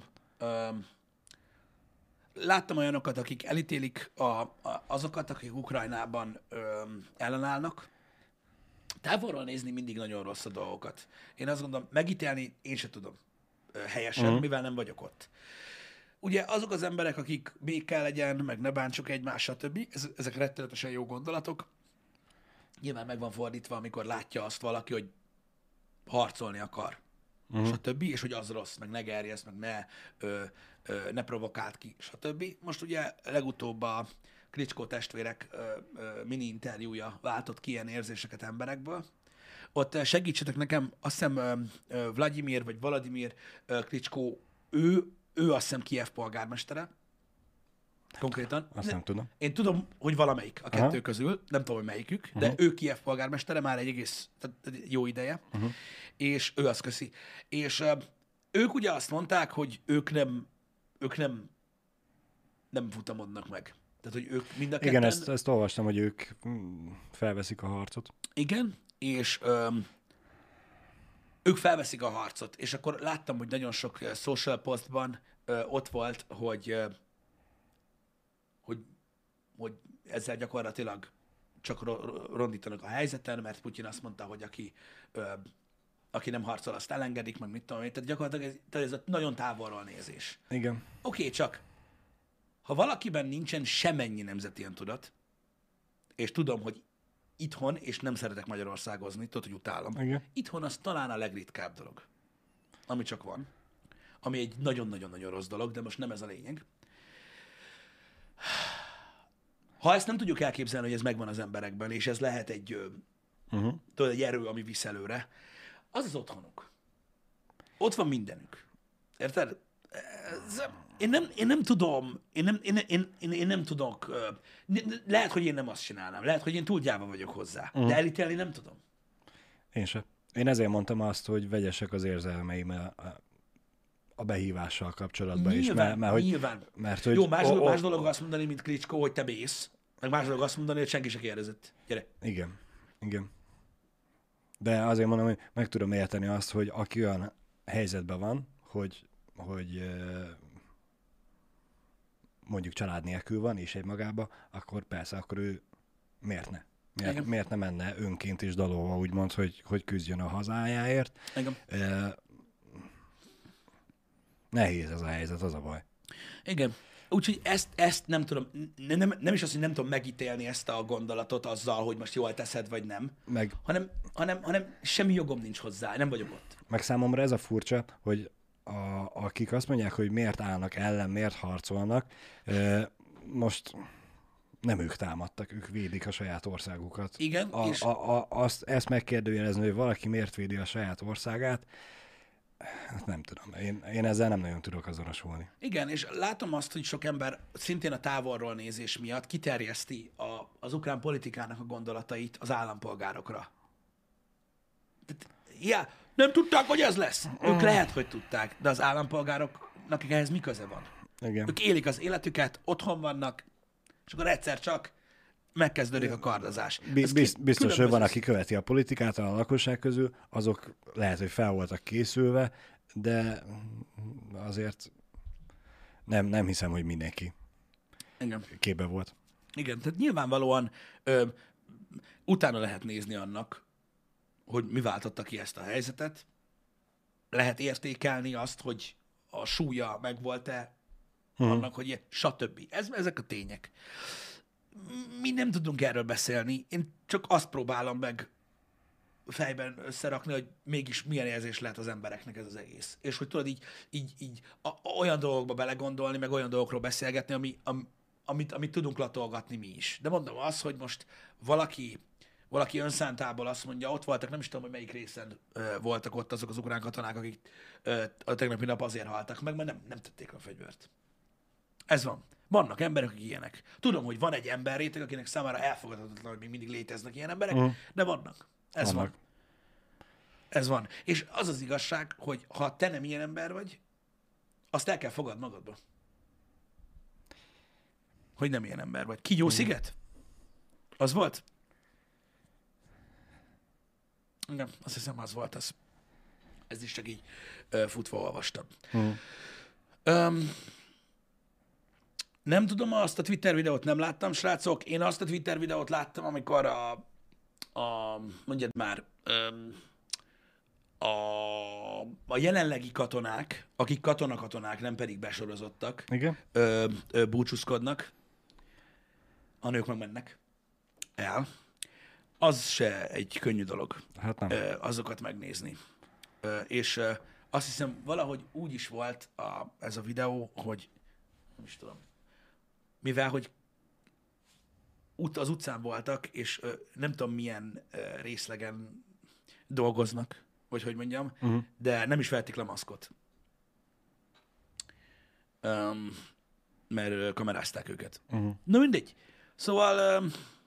láttam olyanokat, akik elítélik azokat, akik Ukrajnában ellenállnak. Távolról nézni mindig nagyon rossz a dolgokat. Én azt gondolom, megítélni én se tudom helyesen, mivel nem vagyok ott. Ugye azok az emberek, akik béke legyen, meg ne bántsuk egymást, stb. Ezek rettenetesen jó gondolatok. Nyilván meg van fordítva, amikor látja azt valaki, hogy harcolni akar, stb., és hogy az rossz, meg ne gerjesz, meg ne provokált ki, stb. Most ugye legutóbb a Klitschko testvérek mini interjúja váltott ki ilyen érzéseket emberekből. Ott segítsetek nekem, azt hiszem Vladimir Klitschko, ő azt hiszem Kijev polgármestere, konkrétan. Azt nem tudom. Én tudom, hogy valamelyik a kettő közül, nem tudom, hogy melyikük, de ő Kijev polgármestere már egy egész jó ideje, és ő azt köszi. És ők ugye azt mondták, hogy ők nem futamodnak meg. Tehát, hogy ők mind a ketten... Igen, ezt olvastam, hogy ők felveszik a harcot. Igen, és ők felveszik a harcot. És akkor láttam, hogy nagyon sok social postban ott volt, hogy ezzel gyakorlatilag csak rondítanak a helyzeten, mert Putyin azt mondta, hogy aki nem harcol, azt elengedik, meg mit tudom én. Tehát gyakorlatilag ez a nagyon távolról nézés. Igen. Oké, csak ha valakiben nincsen semennyi nemzeti öntudat, és tudom, hogy itthon, és nem szeretek magyarországozni, tudod, hogy utálom. Igen. Itthon az talán a legritkább dolog, ami csak van. Ami egy nagyon-nagyon-nagyon rossz dolog, de most nem ez a lényeg. Ha ezt nem tudjuk elképzelni, hogy ez megvan az emberekben, és ez lehet tudod, egy erő, ami visz előre, az az otthonuk. Ott van mindenük. Érted? Én nem tudom, én nem tudok, lehet, hogy én nem azt csinálnám, lehet, hogy én túl gyáva vagyok hozzá, de elítélni nem tudom. Én sem. Én ezért mondtam azt, hogy vegyesek az érzelmeim a behívással kapcsolatban Nyilván, is. nyilván. Mert, hogy jó, más dolog azt mondani, mint Klitschko, hogy te bész, meg más dolog azt mondani, hogy senki se kérdezett. Gyere. Igen. De azért mondom, hogy meg tudom érteni azt, hogy aki olyan helyzetben van, hogy mondjuk család nélkül van, és egy magába, akkor persze, akkor ő miért ne? Miért ne menne önként is dalolva, úgymond, hogy küzdjön a hazájáért? Igen. Nehéz ez a helyzet, az a baj. Igen. Úgyhogy ezt nem tudom, nem is azt, hogy nem tudom megítélni ezt a gondolatot azzal, hogy most jól teszed, vagy nem, hanem semmi jogom nincs hozzá, nem vagyok ott. Meg számomra ez a furcsa, hogy akik azt mondják, hogy miért állnak ellen, miért harcolnak, most nem ők támadtak, ők védik a saját országukat. Igen. Ezt megkérdőjelezni, hogy valaki miért védi a saját országát, hát nem tudom. Én ezzel nem nagyon tudok azonosulni. Igen, és látom azt, hogy sok ember szintén a távolról nézés miatt kiterjeszti az ukrán politikának a gondolatait az állampolgárokra. Nem tudták, hogy ez lesz. Ők lehet, hogy tudták, de az állampolgároknak ehhez mi köze van? Igen. Ők élik az életüket, otthon vannak, és akkor egyszer csak megkezdődik a kardozás. Biztos, hogy van, aki követi a politikát a lakosság közül, azok lehet, hogy fel voltak készülve, de azért nem hiszem, hogy mindenki képbe volt. Igen, tehát nyilvánvalóan utána lehet nézni annak, hogy mi váltotta ki ezt a helyzetet. Lehet értékelni azt, hogy a súlya megvolt-e annak, hogy ilyen, stb. Ezek a tények. Mi nem tudunk erről beszélni, én csak azt próbálom meg fejben összerakni, hogy mégis milyen érzés lehet az embereknek ez az egész. És hogy tudod így olyan dolgokba belegondolni, meg olyan dolgokról beszélgetni, amit tudunk latolgatni mi is. De mondom azt, hogy most valaki önszántából azt mondja, ott voltak, nem is tudom, hogy melyik részen voltak ott azok az ukrán katonák, akik a tegnapi nap azért haltak meg, mert nem tették a fegyvert. Ez van. Vannak emberek, akik ilyenek. Tudom, hogy van egy emberréteg, akinek számára elfogadhatatlan, hogy még mindig léteznek ilyen emberek, de vannak. Van. Ez van. És az az igazság, hogy ha te nem ilyen ember vagy, azt el kell fogad magadba. Hogy nem ilyen ember vagy. Kígyó-sziget? Az volt? Igen, azt hiszem az volt az. Ez is csak így futva olvastam. Nem tudom, azt a Twitter videót nem láttam, srácok. Én azt a Twitter videót láttam, amikor mondjad már, a jelenlegi katonák, akik katonák, nem pedig besorozottak, Igen? búcsúzkodnak, a nők meg mennek el. Az se egy könnyű dolog. Hát nem. Azokat megnézni. És azt hiszem, valahogy úgy is volt ez a videó, hogy nem is tudom, mivel, hogy az utcán voltak, és nem tudom milyen részlegen dolgoznak, vagy hogy mondjam, de nem is vették le maszkot. Mert kamerázták őket. Na mindegy. Szóval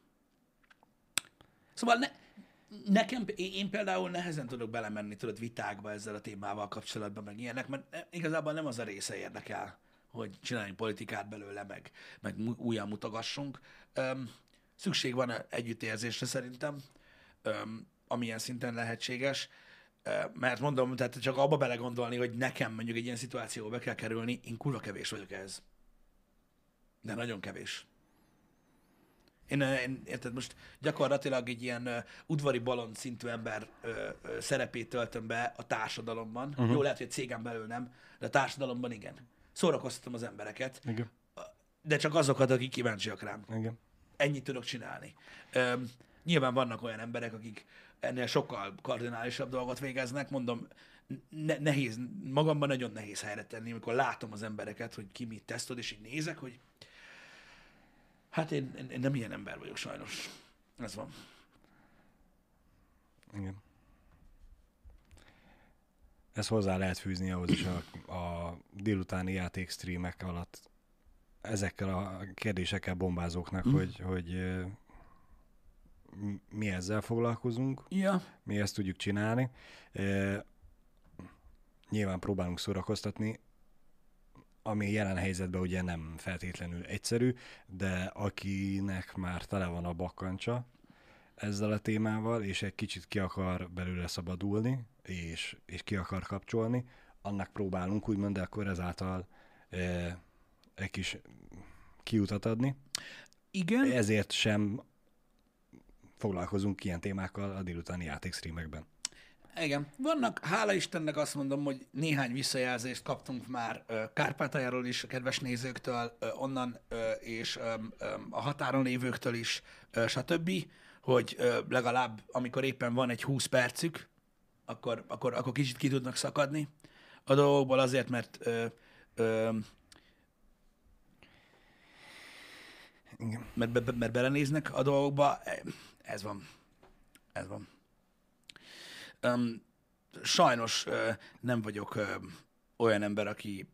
nekem, én például nehezen tudok belemenni, tudod, vitákba ezzel a témával kapcsolatban, meg ilyenek, mert igazából nem az a része érdekel, hogy csináljunk politikát belőle, meg újjal mutogassunk. Szükség van együttérzésre szerintem, amilyen szinten lehetséges, mert mondom, tehát csak abba belegondolni, hogy nekem mondjuk egy ilyen szituációba be kell kerülni, én kurva kevés vagyok ehhez. De nagyon kevés. Én érted, most gyakorlatilag egy ilyen udvari balond szintű ember szerepét töltöm be a társadalomban. Jó, lehet, hogy a cégen belül nem, de a társadalomban igen. Szórakoztatom az embereket, Igen. de csak azokat, akik kíváncsiak rám. Igen. Ennyit tudok csinálni. Nyilván vannak olyan emberek, akik ennél sokkal kardinálisabb dolgot végeznek, mondom, nehéz, magamban nagyon nehéz helyre tenni, amikor látom az embereket, hogy ki mit tesztod, és így nézek, hogy hát én nem ilyen ember vagyok sajnos. Ez van. Igen. Ezt hozzá lehet fűzni ahhoz is a délutáni játékstreamek alatt ezekkel a kérdésekkel bombázóknak, hogy mi ezzel foglalkozunk, Ja. mi ezt tudjuk csinálni. Nyilván próbálunk szórakoztatni, ami jelen helyzetben ugye nem feltétlenül egyszerű, de akinek már tele van a bakkancsa ezzel a témával, és egy kicsit ki akar belőle szabadulni, és ki akar kapcsolni, annak próbálunk úgymond, de akkor ezáltal egy kis kiutat adni. Igen. Ezért sem foglalkozunk ilyen témákkal a délutáni játékstreamekben. Igen. Vannak, hála Istennek azt mondom, hogy néhány visszajelzést kaptunk már Kárpátaljáról is, a kedves nézőktől, onnan és a határon lévőktől is, stb., hogy legalább amikor éppen van egy 20 percük, akkor kicsit ki tudnak szakadni a dolgokból azért, mert Igen. mert belenéznek a dolgokba. Ez van. Ez van. Sajnos nem vagyok olyan ember, aki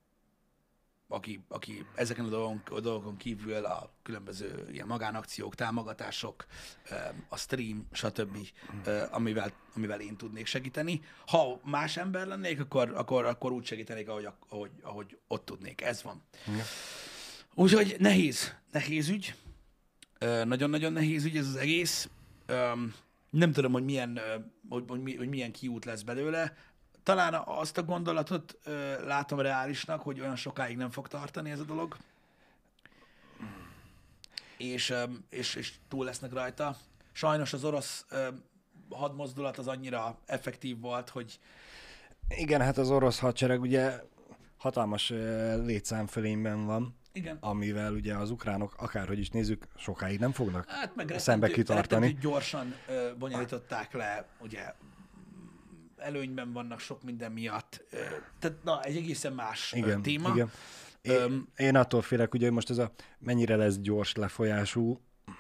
ezeken a dolgokon kívül a különböző ilyen magánakciók, támogatások, a stream, stb., amivel én tudnék segíteni. Ha más ember lennék, akkor úgy segítenék, ahogy ott tudnék. Ez van. Igen. Úgyhogy nehéz ügy. Nagyon-nagyon nehéz ügy ez az egész. Nem tudom, hogy milyen kiút lesz belőle. Talán azt a gondolatot látom reálisnak, hogy olyan sokáig nem fog tartani ez a dolog. És túl lesznek rajta. Sajnos az orosz hadmozdulat az annyira effektív volt, hogy... Igen, hát az orosz hadsereg ugye hatalmas létszámfölényben van. Igen. Amivel ugye az ukránok, akárhogy is nézzük, sokáig nem fognak Hát szembe kitartani. Gyorsan bonyolították le, ugye előnyben vannak sok minden miatt. Tehát egy egészen más téma. Igen. Én attól félek, ugye, hogy most ez mennyire lesz gyors lefolyású,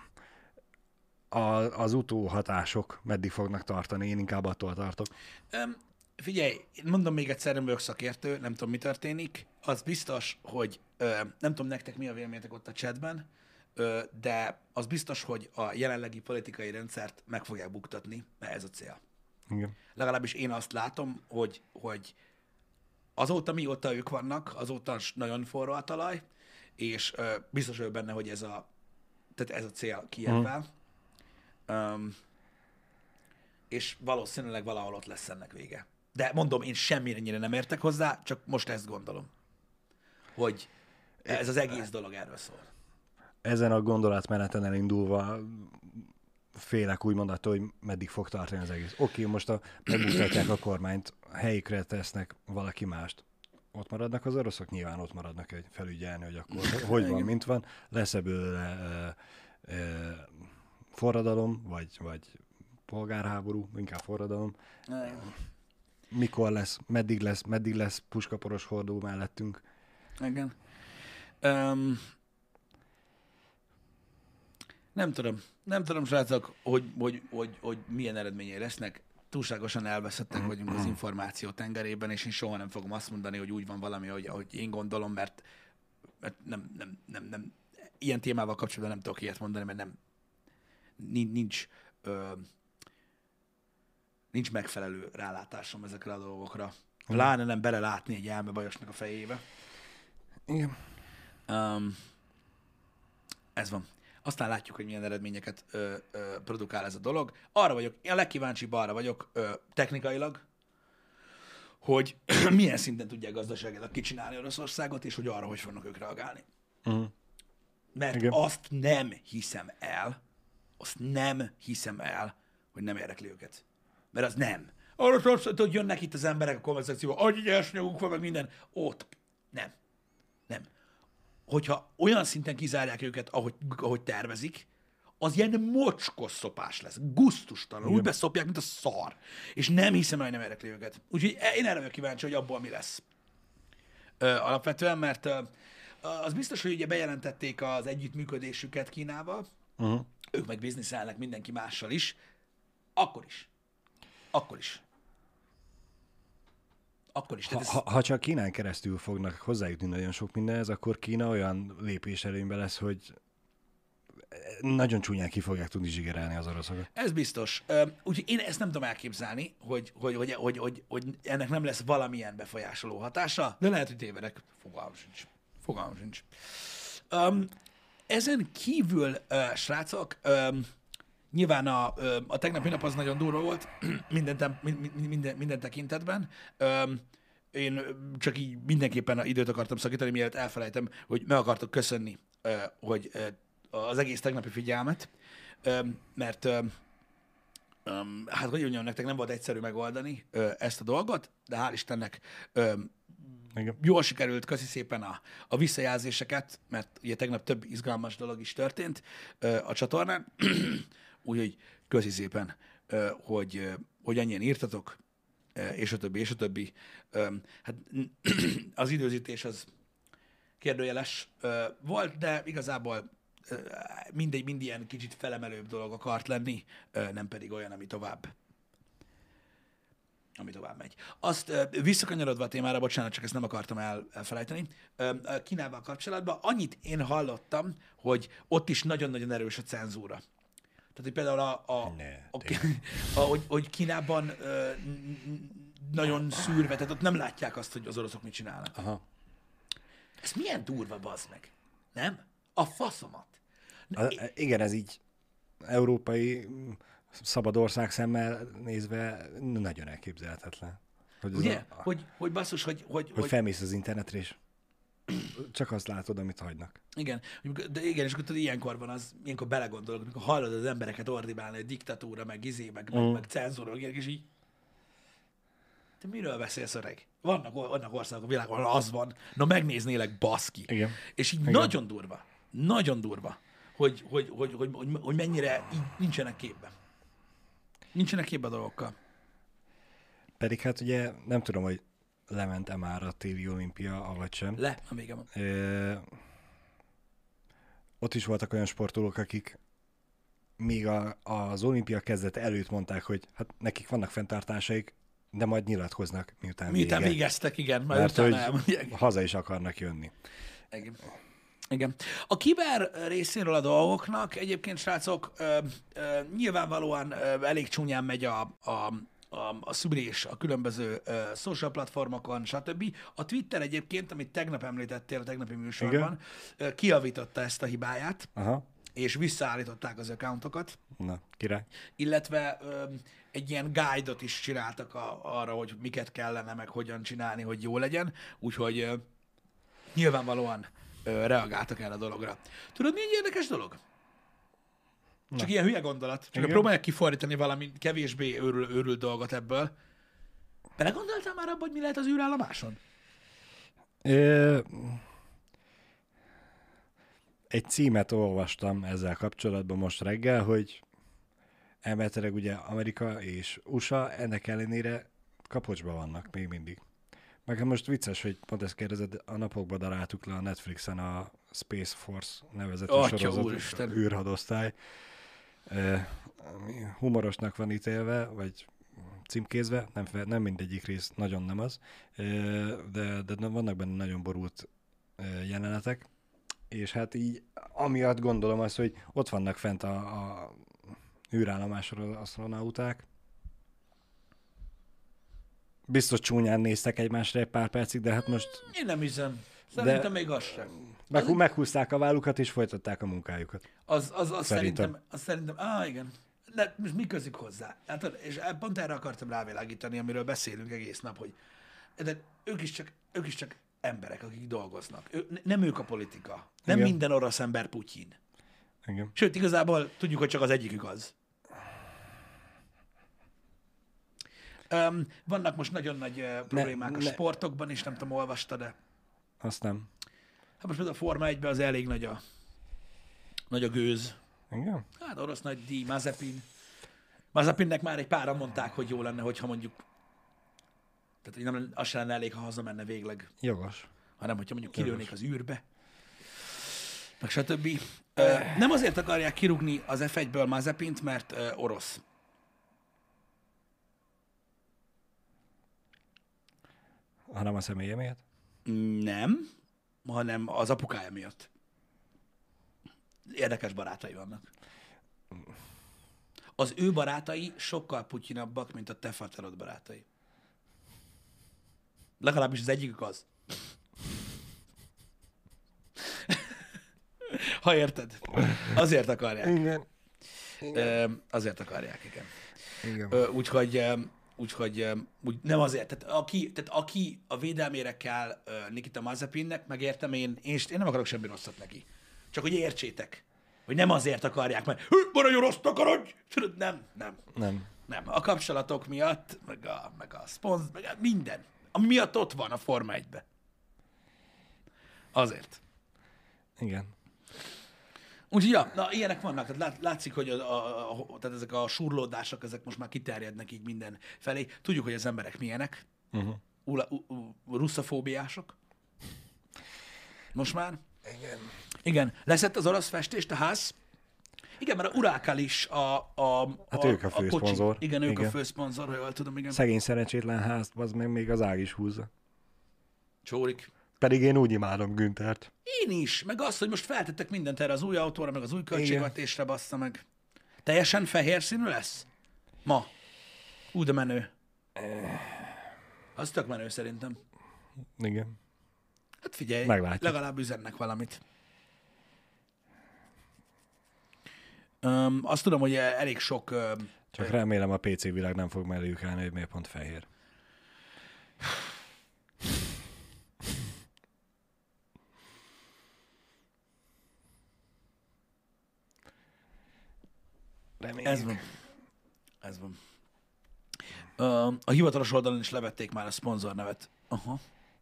az utóhatások meddig fognak tartani, én inkább attól tartok. Figyelj, mondom még egyszer, nem vagyok szakértő, nem tudom, mi történik. Az biztos, hogy nem tudom nektek mi a véleményetek ott a chatben, de az biztos, hogy a jelenlegi politikai rendszert meg fogják buktatni, mert ez a cél. Igen. Legalábbis én azt látom, hogy azóta, mióta ők vannak, azóta nagyon forró a talaj, és biztos vagyok benne, hogy ez a cél Kijevvel. És valószínűleg valahol ott lesz ennek vége. De mondom, én semmire nem értek hozzá, csak most ezt gondolom, hogy ez az egész dolog erről szól. Ezen a gondolatmeneten elindulva félek úgymond attól, hogy meddig fog tartani az egész. Oké, most megmutatják a kormányt, helyükre tesznek valaki mást. Ott maradnak az oroszok? Nyilván ott maradnak felügyelni, hogy akkor hogy van, mint van. Lesz ebből forradalom, vagy polgárháború, inkább forradalom. Mikor lesz, meddig lesz puskaporos hordó mellettünk. Igen. Nem tudom, srácok, hogy milyen eredményei lesznek. Túlságosan elveszettek vagyunk az információ tengerében, és én soha nem fogom azt mondani, hogy úgy van valami, ahogy én gondolom, mert nem ilyen témával kapcsolatban nem tudok ilyet mondani, mert nincs megfelelő rálátásom ezekre a dolgokra. Pláne nem belelátni egy elmebajosnak a fejébe. Igen. Ez van. Aztán látjuk, hogy milyen eredményeket produkál ez a dolog. Arra vagyok, én a legkíváncsibb arra vagyok technikailag, hogy milyen szinten tudják gazdaságilag kicsinálni Oroszországot, és hogy arra hogy fognak ők reagálni. Mert Igen. azt nem hiszem el, hogy nem érdekli őket. Mert az nem. Arra hogy jönnek itt az emberek a komment szekcióba, annyi nyersanyagunk van, meg minden. Ott. Nem. Nem. Hogyha olyan szinten kizárják őket, ahogy tervezik, az ilyen mocskos szopás lesz. Gusztustalan. Úgy beszopják, mint a szar. És nem hiszem el, hogy nem érdekli őket. Úgyhogy én erre vagyok kíváncsi, hogy abból mi lesz. Alapvetően, mert az biztos, hogy ugye bejelentették az együttműködésüket Kínával, ők meg bizniszelnek mindenki mással is, akkor is. Tehát Ha csak Kínán keresztül fognak hozzájutni nagyon sok mindenhez, akkor Kína olyan lépéselőnyben lesz, hogy nagyon csúnyán ki fogják tudni zsigerelni az oroszokat. ez biztos. Úgyhogy én ezt nem tudom elképzelni, hogy ennek nem lesz valamilyen befolyásoló hatása, de lehet, hogy tévedek. Fogalmam sincs. Ezen kívül, srácok, nyilván a tegnapi nap az nagyon durva volt minden tekintetben. Én csak így mindenképpen időt akartam szakítani, mielőtt elfelejtem, hogy meg akartok köszönni, hogy az egész tegnapi figyelmet, mert hát hogy mondjam, nektek nem volt egyszerű megoldani ezt a dolgot, de hál' Istennek Igen. jól sikerült, köszi szépen a visszajelzéseket, mert ugye tegnap több izgalmas dolog is történt a csatornán, úgyhogy köszi szépen, hogy ennyien írtatok, és a többi. Hát az időzítés az kérdőjeles volt, de igazából mind ilyen kicsit felemelőbb dolog akart lenni, nem pedig olyan, ami tovább megy. Azt visszakanyarodva a témára, bocsánat, csak ezt nem akartam elfelejteni, Kínával kapcsolatban annyit én hallottam, hogy ott is nagyon-nagyon erős a cenzúra. Tehát, hogy például hogy Kínában nagyon szűrve, tehát ott nem látják azt, hogy az oroszok mit csinálnak. Aha. Ez milyen durva, bazd meg. Nem? A faszomat. Igen, ez így európai szabad ország szemmel nézve nagyon elképzelhetetlen. Hogy ugye? Hogy basszus, hogy felmész az internetre, és csak azt látod, amit hagynak. igen, de igen, és akkor tudod, ilyenkor belegondolok, amikor hallod az embereket ordibálni, hogy diktatúra, meg meg cenzúra, meg ilyenek, és így te miről beszélsz, öreg? Vannak országok a világon, ahol az van. Na megnéznélek, baszki. Igen. És így Igen. nagyon durva, hogy mennyire így nincsenek képben. Nincsenek képben a dolgokkal. Pedig hát ugye nem tudom, hogy lement-e már a téli olimpia, avagy sem. A vége van. Ott is voltak olyan sportolók, akik még az olimpia kezdete előtt mondták, hogy hát nekik vannak fenntartásaik, de majd nyilatkoznak, miután végeztek, igen, majd mert utána hogy elmondják. haza is akarnak jönni. Igen. A kiber részéről a dolgoknak egyébként, srácok, nyilvánvalóan elég csúnyán megy a szűrés a különböző social platformokon, stb. A Twitter egyébként, amit tegnap említettél a tegnapi műsorban, kijavította ezt a hibáját, Aha. és visszaállították az accountokat, Na, király. illetve egy ilyen guide-ot is csináltak arra, hogy miket kellene, meg hogyan csinálni, hogy jó legyen, úgyhogy nyilvánvalóan reagáltak erre a dologra. Tudod, mi egy érdekes dolog? Csak ilyen hülye gondolat. Csak próbálják kifordítani valami kevésbé őrült dolgot ebből. Belegondoltál már abba, hogy mi lehet az űrállomáson? Egy címet olvastam ezzel kapcsolatban most reggel, hogy elméletileg ugye Amerika és USA ennek ellenére kapocsban vannak még mindig. Meg most vicces, hogy pont ezt kérdezed, a napokban daráltuk le a Netflixen a Space Force nevezetű sorozat, űrhadosztály. Humorosnak van ítélve, vagy címkézve, nem mindegyik rész nagyon nem az, de vannak benne nagyon borult jelenetek, és hát így amiatt gondolom azt, hogy ott vannak fent a űrállomáson az asztronauták. Biztos csúnyán néztek egymásra egy pár percig, de hát most... Én nem hiszem. Szerintem még az sem. Meghúzták a vállukat, és folytatták a munkájukat. Az szerintem, igen. De most mi közük hozzá? Hát, és pont erre akartam rávilágítani, amiről beszélünk egész nap, hogy de ők is csak emberek, akik dolgoznak. Nem ők a politika. Nem Igen. minden orosz ember Putyin. Igen. Sőt, igazából tudjuk, hogy csak az egyikük az. Vannak most nagyon nagy problémák a sportokban is, nem tudom, olvastad, de Azt nem. hát most például a Forma 1-ben az elég nagy a gőz. Igen? Hát orosz nagy díj, Mazepin. Mazepinnek már egy páran mondták, hogy jó lenne, hogyha mondjuk, tehát hogy nem, az sem lenne elég, ha hazamenne végleg, Jogos. hanem hogyha mondjuk kilőnék az űrbe, meg stb. Nem azért akarják kirúgni az F1-ből Mazepint, mert orosz. Hanem a személye miatt? Nem, hanem az apukája miatt. Érdekes barátai vannak. Az ő barátai sokkal putyinabbak, mint a te faterod barátai. Legalábbis az egyikük az. Ha érted. Azért akarják. Igen. Azért akarják, igen. Igen. Úgyhogy úgy nem azért. Tehát aki a védelmére kell Nikita Mazepinnek, megértem, én nem akarok semmi rosszat neki. Csak hogy értsétek, hogy nem azért akarják, mert maradjon rossznak akarodj! Tudod, nem. Nem. A kapcsolatok miatt, meg a szponz, meg minden. Ami miatt ott van a Forma 1-be. Azért. Igen. Úgyhogy, ja, na, ilyenek vannak. Tehát látszik, hogy tehát ezek a surlódások, ezek most már kiterjednek így minden felé. Tudjuk, hogy az emberek milyenek. Russzafóbiások. Most már. Igen. Leszett az orosz festést a ház. Igen, mert a Urákál is Hát ők a főszponzor. Igen, ők a főszponzor, ha jól tudom, igen. Szegény szerencsétlen házt, az meg még az ág is húzza. Csórik. Pedig én úgy imádom Günthert. Én is, meg azt, hogy most feltettek mindent erre az új autóra, meg az új költségvetésre, bassza meg. Teljesen fehér színű lesz? Ma. De menő. Az tök menő szerintem. Igen. Hát figyelj, Meglátjuk. legalább üzennek valamit. Azt tudom, hogy elég sok... Csak remélem a PC világ nem fog melléjük állni, hogy miért pont fehér. Reméljük. Ez van. A hivatalos oldalon is levették már a szponzornevet. Aha.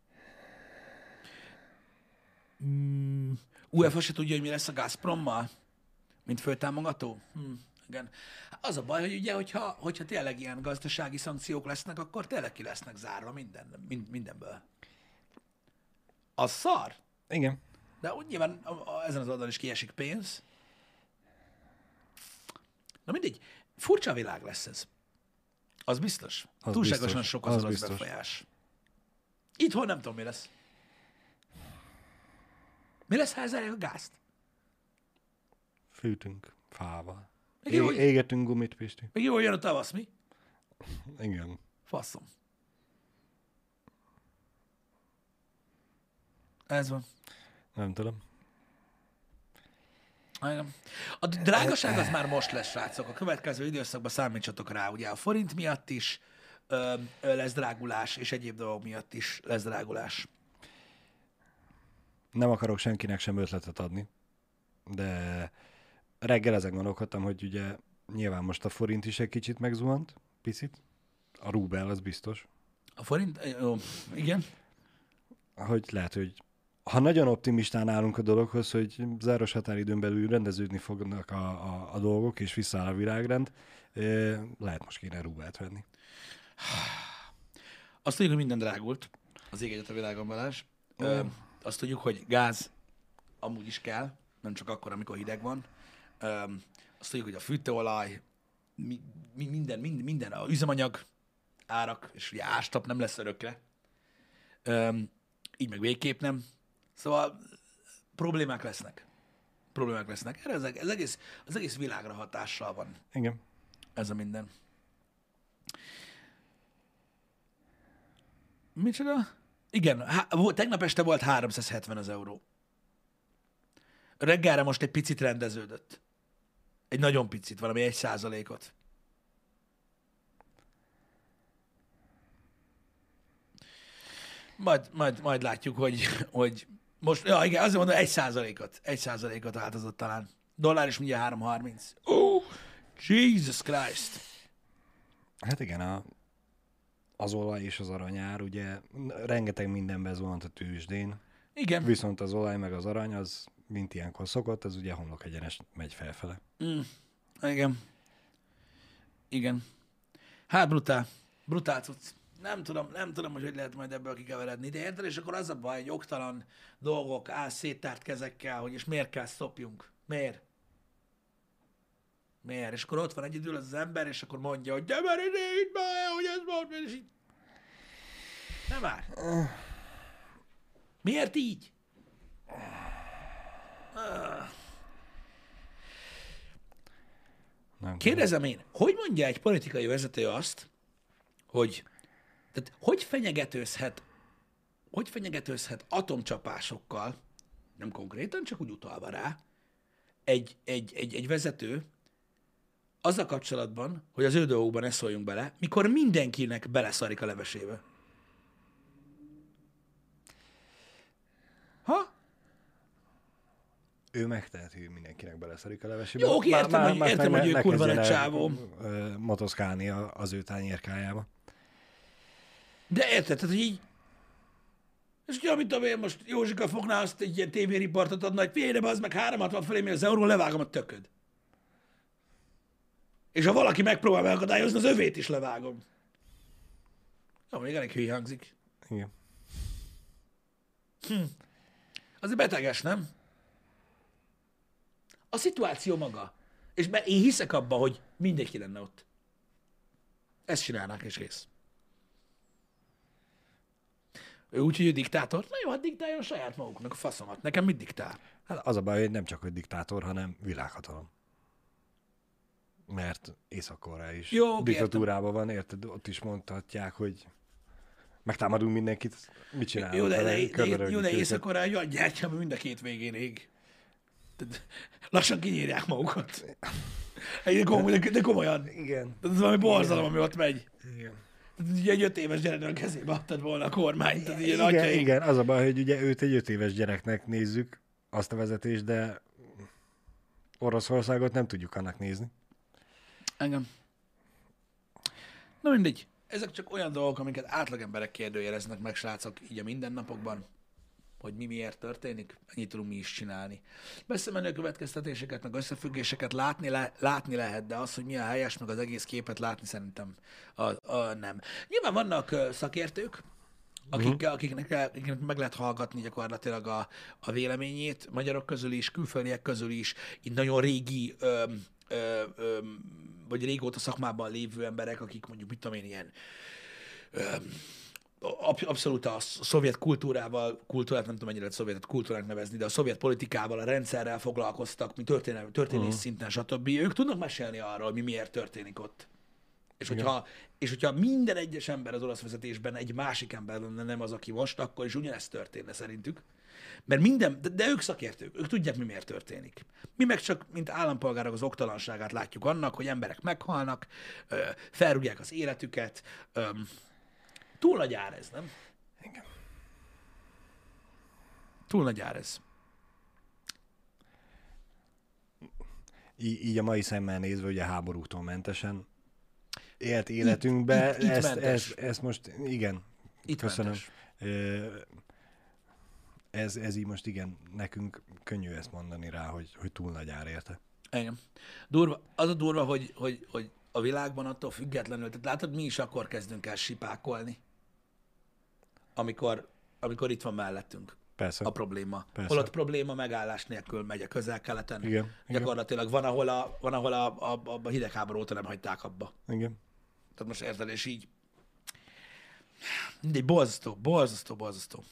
UEFA se tudja, hogy mi lesz a Gazprommal, mint főtámogató? Igen. Az a baj, hogy ugye, hogyha tényleg ilyen gazdasági szankciók lesznek, akkor tényleg ki lesznek zárva mindenből. Az szar. Igen. De úgy nyilván ezen az oldalon is kiesik pénz. Na mindegy, furcsa világ lesz ez. Az biztos. Az Túlságosan biztos. sok az Az orosz biztos. befolyás. Itthon nem tudom, mi lesz. Mi lesz, ha elzárják a gázt? Fűtünk fával. Még jó, Égetünk gumit, Pisti. még jó, hogy jön a tavasz, mi? Igen. Faszom. Ez van. Nem tudom. Igen. A drágaság az már most lesz, srácok. A következő időszakban számítsatok rá. Ugye a forint miatt is lesz drágulás, és egyéb dolgok miatt is lesz drágulás. Nem akarok senkinek sem ötletet adni, de reggel ezen gondolkodtam, hogy ugye nyilván most a forint is egy kicsit megzuhant, picit. A rubel, az biztos. A forint? Jó, igen. Hogy lehet, hogy ha nagyon optimistán állunk a dologhoz, hogy záros határidőn belül rendeződni fognak a dolgok, és visszaáll a világrend, lehet most kéne rubelt venni. Azt tudjuk, hogy minden drágult az ég egyet a világon, Balázs. Azt tudjuk, hogy gáz amúgy is kell, nem csak akkor, amikor hideg van. Azt tudjuk, hogy a fűtőolaj, minden, a üzemanyag árak, és ugye ástap nem lesz örökre. Így meg végképp nem. Szóval problémák lesznek. Erre az egész világra hatással van Igen. ez a minden. Micsoda? Igen, tegnap este volt 370 az euró. Reggelre most egy picit rendeződött. Egy nagyon picit, valami 1%-ot. majd látjuk, hogy most, ja igen, azért mondom, 1%-ot változott talán. Dollár is mindjárt 3.30. Oh, Jesus Christ. Hát igen, az olaj és az aranyár, ugye rengeteg mindenben zuhant a tőzsdén. Igen. Viszont az olaj meg az arany, az mint ilyenkor szokott, az ugye homlok egyenes megy felfele. Igen. Igen. Hát brutál cucc. Nem tudom, hogy lehet majd ebből kikeveredni, de érted, és akkor az a baj, hogy oktalan dolgok áll széttárt kezekkel, hogy és miért kell szopjunk? Miért? És akkor ott van egyedül az ember, és akkor mondja, hogy de mert így már, hogy ez volt, és így. Nem már. Miért így? Kérdezem én, hogy mondja egy politikai vezető azt, hogy tehát hogy fenyegetőzhet atomcsapásokkal, nem konkrétan, csak úgy utalva rá, egy vezető azzal kapcsolatban, hogy az ő dolgokban ne szóljunk bele, mikor mindenkinek beleszarik a levesébe. Ha? Ő megteheti, hogy mindenkinek beleszarik a levesébe. Jó, értem, hogy ő kurva nagy csávó. Motoszkálni az ő tányérkájába. De érted, tehát, hogy így... És ugye, amit tudom én, most Józsika fogná azt egy ilyen tévériportot adna, hogy figyelj, de az meg 360 felé mér az euró, levágom a tököd. És ha valaki megpróbál megakadályozni, az övét is levágom. Jó, még elég hülye hangzik. Igen. Azért beteges, nem? A szituáció maga. És én hiszek abban, hogy mindenki lenne ott. Ezt csinálnák, és kész. Ő úgy, hogy ő diktátor? Na jó, hát diktáljon saját maguknak a faszomat. Nekem mit diktál? Hát az a baj, hogy nem csak hogy diktátor, hanem világhatalom. Mert Észak-Korea is diktatúrában van, érted? Ott is mondhatják, hogy megtámadunk mindenkit. Mit csinálunk? Jó, de Észak-Korea egy olyan gyertya, ami mind a két végén ég. Lassan kinyírják magukat. De komolyan. Igen. Ez valami borzalom, ami ott megy. Igen. Egy 5 éves gyereknek a kezébe adtad volna a kormányt. Igen, az a baj, hogy ugye őt egy 5 éves gyereknek nézzük, azt a vezetést, de Oroszországot nem tudjuk annak nézni. Engem. Na mindegy. Ezek csak olyan dolgok, amiket átlagemberek kérdőjeleznek meg, srácok, így a mindennapokban, hogy mi miért történik, ennyit tudunk mi is csinálni. Messze menő következtetéseket, meg összefüggéseket látni lehet, de az, hogy mi a helyes, meg az egész képet látni szerintem nem. Nyilván vannak szakértők, akiknek meg lehet hallgatni gyakorlatilag a véleményét, magyarok közül is, külföldiek közül is, így nagyon régi, vagy régóta szakmában lévő emberek, akik mondjuk, mit tudom én, ilyen abszolút a szovjet kultúrát nem tudom mennyire lehet szovjetet kultúrának nevezni, de a szovjet politikával, a rendszerrel foglalkoztak, mint történész szinten, stb. Ők tudnak mesélni arról, hogy mi miért történik ott. És hogyha minden egyes ember az orosz vezetésben egy másik ember lenne, nem az, aki most, akkor is ugyanezt történne szerintük. Mert de ők szakértők, ők tudják, mi miért történik. Mi meg csak, mint állampolgárok az oktalanságát látjuk annak, hogy emberek meghalnak, felrúgják az életüket. Túl nagy ár ez, nem? Igen. Túl nagy ár ez. Így a mai szemmel nézve, ugye háborútól mentesen élt életünkbe, ezt most, igen, itt köszönöm. Ez így most igen, nekünk könnyű ezt mondani rá, hogy túl nagy ár érte. Igen. Az a durva, hogy a világban attól függetlenül, tehát látod, mi is akkor kezdünk el sipákolni, amikor itt van mellettünk. Persze. A probléma. Persze. Holott probléma megállás nélkül megy a Közel-Keleten. Igen. Gyakorlatilag van, ahol a hidegháború óta nem hagyták abba. Igen. Tehát most érted, és így mindegy, borzasztó,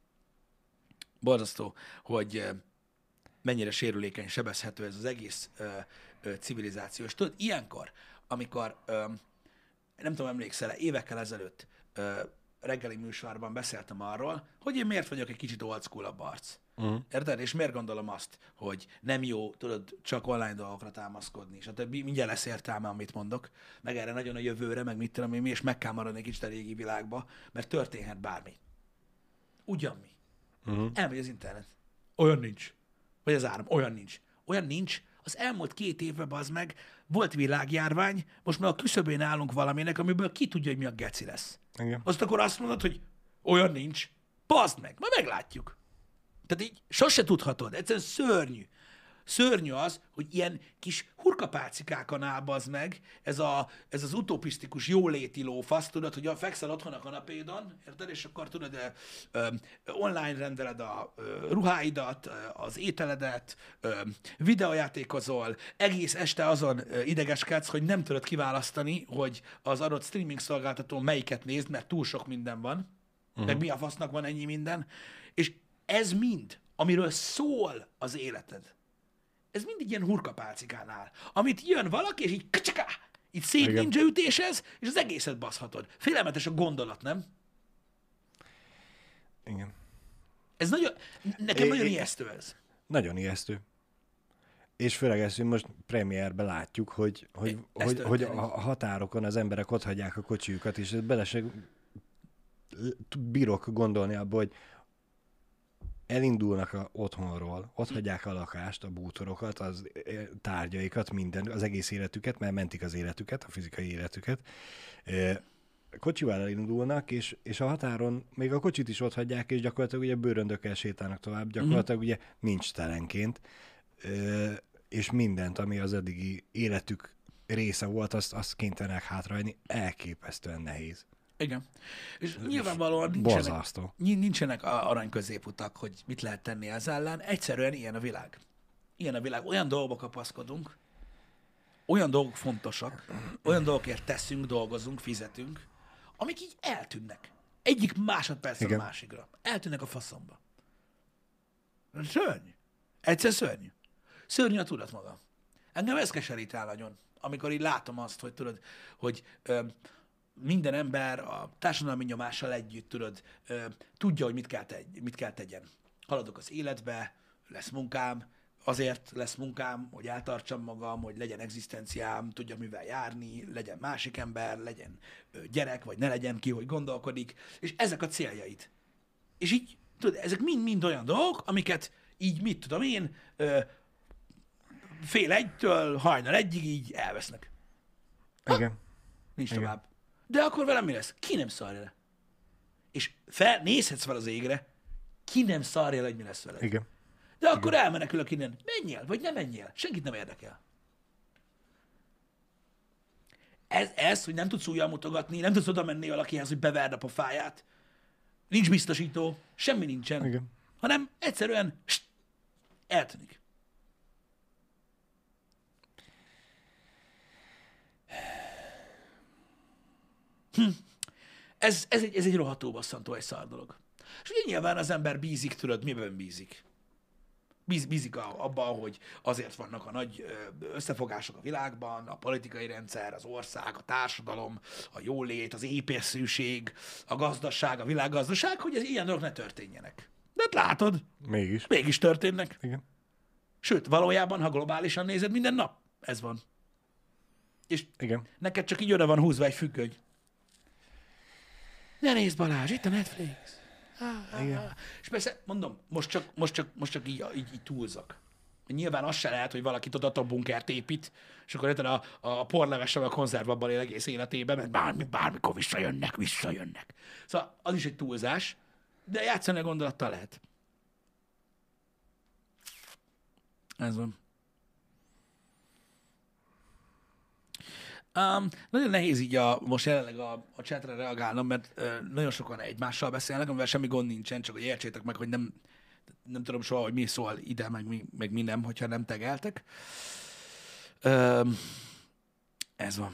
hogy mennyire sérülékeny, sebezhető ez az egész civilizáció. És tudod, ilyenkor, amikor, nem tudom, emlékszel-e, évekkel ezelőtt reggeli műsorban beszéltem arról, hogy én miért vagyok egy kicsit old school-abb arc. Érted? És miért gondolom azt, hogy nem jó, tudod, csak online dolgokra támaszkodni, és mindjárt lesz értelme, amit mondok, meg erre nagyon a jövőre, meg mit tudom én mi, és meg kell maradni egy kicsit a régi világba, mert történhet bármi. ugyanmi. Elmegy az internet. Olyan nincs. Vagy az áram. Olyan nincs. Olyan nincs. Az elmúlt 2 évben, bazd meg, volt világjárvány, most már a küszöbén állunk valaminek, amiből ki tudja, hogy mi a geci lesz. Igen. Azt akkor azt mondod, hogy olyan nincs. Bazd meg, majd meglátjuk. Tehát így sose tudhatod. Egyszerűen szörnyű. Szörnyű az, hogy ilyen kis hurkapálcikákon áll, bazd meg, ez az utopisztikus jóléti lófasz, tudod, hogy fekszel otthon a kanapédon, érted, és akkor tudod, online rendeled a ruháidat, az ételedet, videójátékozol, egész este azon idegeskedsz, hogy nem tudod kiválasztani, hogy az adott streaming szolgáltató melyiket nézd, mert túl sok minden van, meg mi a fasznak van ennyi minden, és ez mind, amiről szól az életed, ez mindig ilyen hurkapálcikánál, amit jön valaki, és így kacsaká, így szép Igen. ninja ütéshez, és az egészet baszhatod. Félelmetes a gondolat, nem? Igen. Ez nagyon, nekem nagyon ijesztő ez. Nagyon ijesztő. És főleg ezt, hogy most premierben látjuk, hogy történik. a határokon az emberek ott hagyják a kocsijukat, és bele se bírok gondolni abba, hogy elindulnak otthonról, ott hagyják a lakást, a bútorokat, az tárgyaikat, minden, az egész életüket, mert mentik az életüket, a fizikai életüket. Kocsival elindulnak, és a határon még a kocsit is ott hagyják, és gyakorlatilag ugye bőröndökkel sétálnak tovább, gyakorlatilag ugye nincs telenként, és mindent, ami az eddigi életük része volt, azt kénytelenek hátrahagyni, elképesztően nehéz. Igen. És nyilvánvalóan Borzasztó. nincsenek arany középutak, hogy mit lehet tenni ez ellen. Egyszerűen ilyen a világ. Ilyen a világ. Olyan dolgokba kapaszkodunk, olyan dolgok fontosak, olyan dolgokért teszünk, dolgozunk, fizetünk, amik így eltűnnek. Egyik másodpercről a Igen. másikra. Eltűnnek a faszomba. Szörnyű. Egyszer szörnyű. Szörnyű a tudat maga. Engem ez keserít el nagyon, amikor így látom azt, hogy tudod, hogy minden ember a társadalmi nyomással együtt, tudod, tudja, hogy mit kell tegyen. Haladok az életbe, lesz munkám, azért lesz munkám, hogy eltartsam magam, hogy legyen egzisztenciám, tudjak mivel járni, legyen másik ember, legyen gyerek, vagy ne legyen ki, hogy gondolkodik, és ezek a céljaid. És így, tudod, ezek mind olyan dolgok, amiket így, mit tudom én, 12:30 hajnal 1-ig így elvesznek. Igen. Nincs Igen. tovább. De akkor velem mi lesz? Ki nem szarja le? És nézhetsz fel az égre, ki nem szarja le, hogy mi lesz veled. Igen. De akkor elmenekülök innen. Menjél, vagy nem menjél. Senkit nem érdekel. Ez, hogy nem tudsz újjal mutogatni, nem tudsz oda menni valakihez, hogy beverd a pofáját. Nincs biztosító, semmi nincsen. Igen. Hanem egyszerűen eltűnik. Ez egy rohadtó bosszantó, egy szar dolog. És ugye nyilván az ember bízik, tudod, miben bízik. Bízik abban, hogy azért vannak a nagy összefogások a világban, a politikai rendszer, az ország, a társadalom, a jólét, az épészűség, a gazdaság, a világgazdaság, hogy ez ilyen dolgok ne történjenek. De hát látod, mégis történnek. Igen. Sőt, valójában, ha globálisan nézed, minden nap ez van. És Igen. neked csak így oda van húzva egy függöny. Ne nézd, Balázs, itt a Netflix. Igen. És persze, mondom, most csak így túlzak. Nyilván az se lehet, hogy valaki atombbunkert épít, és akkor érted a porlevessel a konzervabban él egész életében, mert bármikor visszajönnek. Szóval az is egy túlzás, de játszani a gondolattal lehet. Ez van. Nagyon nehéz így most jelenleg a chatre reagálnom, mert nagyon sokan egymással beszélnek, amivel semmi gond nincsen, csak hogy értsétek meg, hogy nem tudom soha, hogy mi szól ide, meg mi nem, hogyha nem tegeltek. Ez van.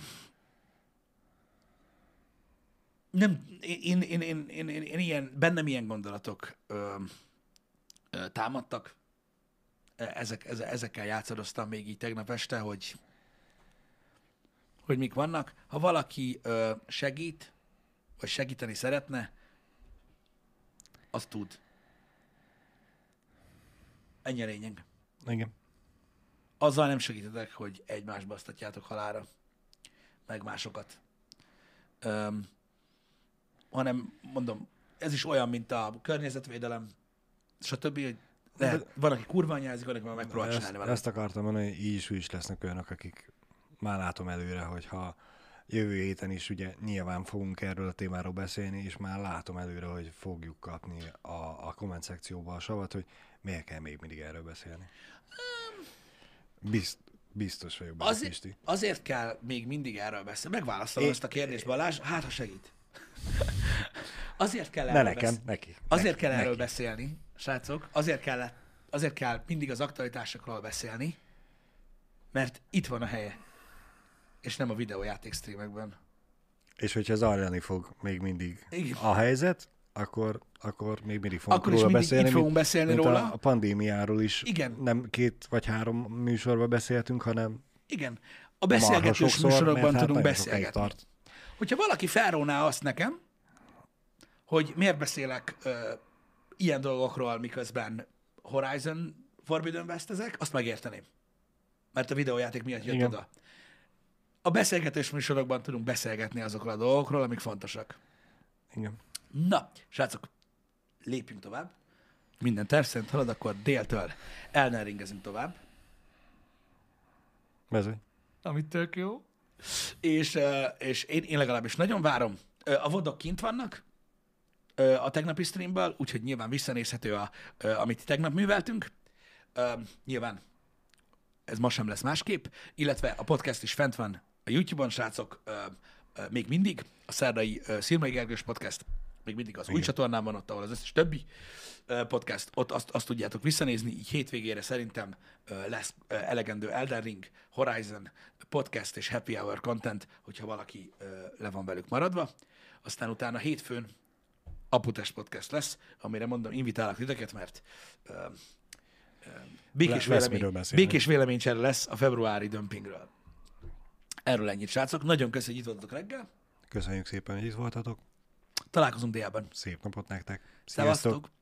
Nem, én bennem ilyen gondolatok támadtak. Ezekkel játszadoztam még így tegnap este, hogy mik vannak. Ha valaki segít, vagy segíteni szeretne, az tud. Ennyi a lényeg. Igen. Azzal nem segítetek, hogy egymást basztatjátok halálra, meg másokat. Hanem, mondom, ez is olyan, mint a környezetvédelem, stb. Hogy lehet, van, aki kurva anyázik, van, aki már megpróbál csinálni valamit. Ezt akartam mondani, hogy így is lesznek olyanok, akik már látom előre, hogyha jövő héten is ugye nyilván fogunk erről a témáról beszélni, és már látom előre, hogy fogjuk kapni a komment szekcióba a savat, hogy miért kell még mindig erről beszélni. Biztos vagyok benne, Pisti. Azért kell még mindig erről beszélni. Megválaszolom ezt a kérdést, Balázs, hát ha segít. Azért kell erről beszélni, srácok, azért kell mindig az aktualitásokról beszélni, mert itt van a helye, és nem a videójáték streamekben. És hogyha zajlani fog még mindig Igen. a helyzet, akkor még mindig fogunk akkor róla is beszélni. Itt fogunk beszélni mint róla. A pandémiáról is. Igen. Nem 2 vagy 3 műsorban beszéltünk, hanem igen. A beszélgetős műsorokban hát tudunk beszélgetni. Hogyha valaki felróná azt nekem, hogy miért beszélek ilyen dolgokról, miközben Horizon Forbidden West ezek, azt megérteném. Mert a videójáték miatt jött igen. oda. A beszélgetős műsorokban tudunk beszélgetni azokról a dolgokról, amik fontosak. Igen. Na, srácok, lépjünk tovább. Minden terv szerint halad, akkor déltől Elden Ringezünk tovább. Bezony. Amit tök jó. És én legalábbis nagyon várom. A vodok kint vannak a tegnapi streamből, úgyhogy nyilván visszanézhető, amit tegnap műveltünk. Nyilván ez ma sem lesz másképp, illetve a podcast is fent van a YouTube-on, srácok, még mindig. A szerdai Szirmai Gergős podcast még mindig az új csatornán van ott, ahol az összes többi podcast, ott azt tudjátok visszanézni, így hétvégére szerintem lesz elegendő Elden Ring, Horizon podcast és happy hour content, hogyha valaki le van velük maradva. Aztán utána hétfőn Aputest podcast lesz, amire mondom, invitálok titeket, mert békés véleménycsere lesz a februári dömpingről. Erről ennyit, srácok. Nagyon köszönjük, hogy itt voltatok reggel. Köszönjük szépen, hogy itt voltatok. Találkozunk délben. Szép napot nektek. Szevasztok!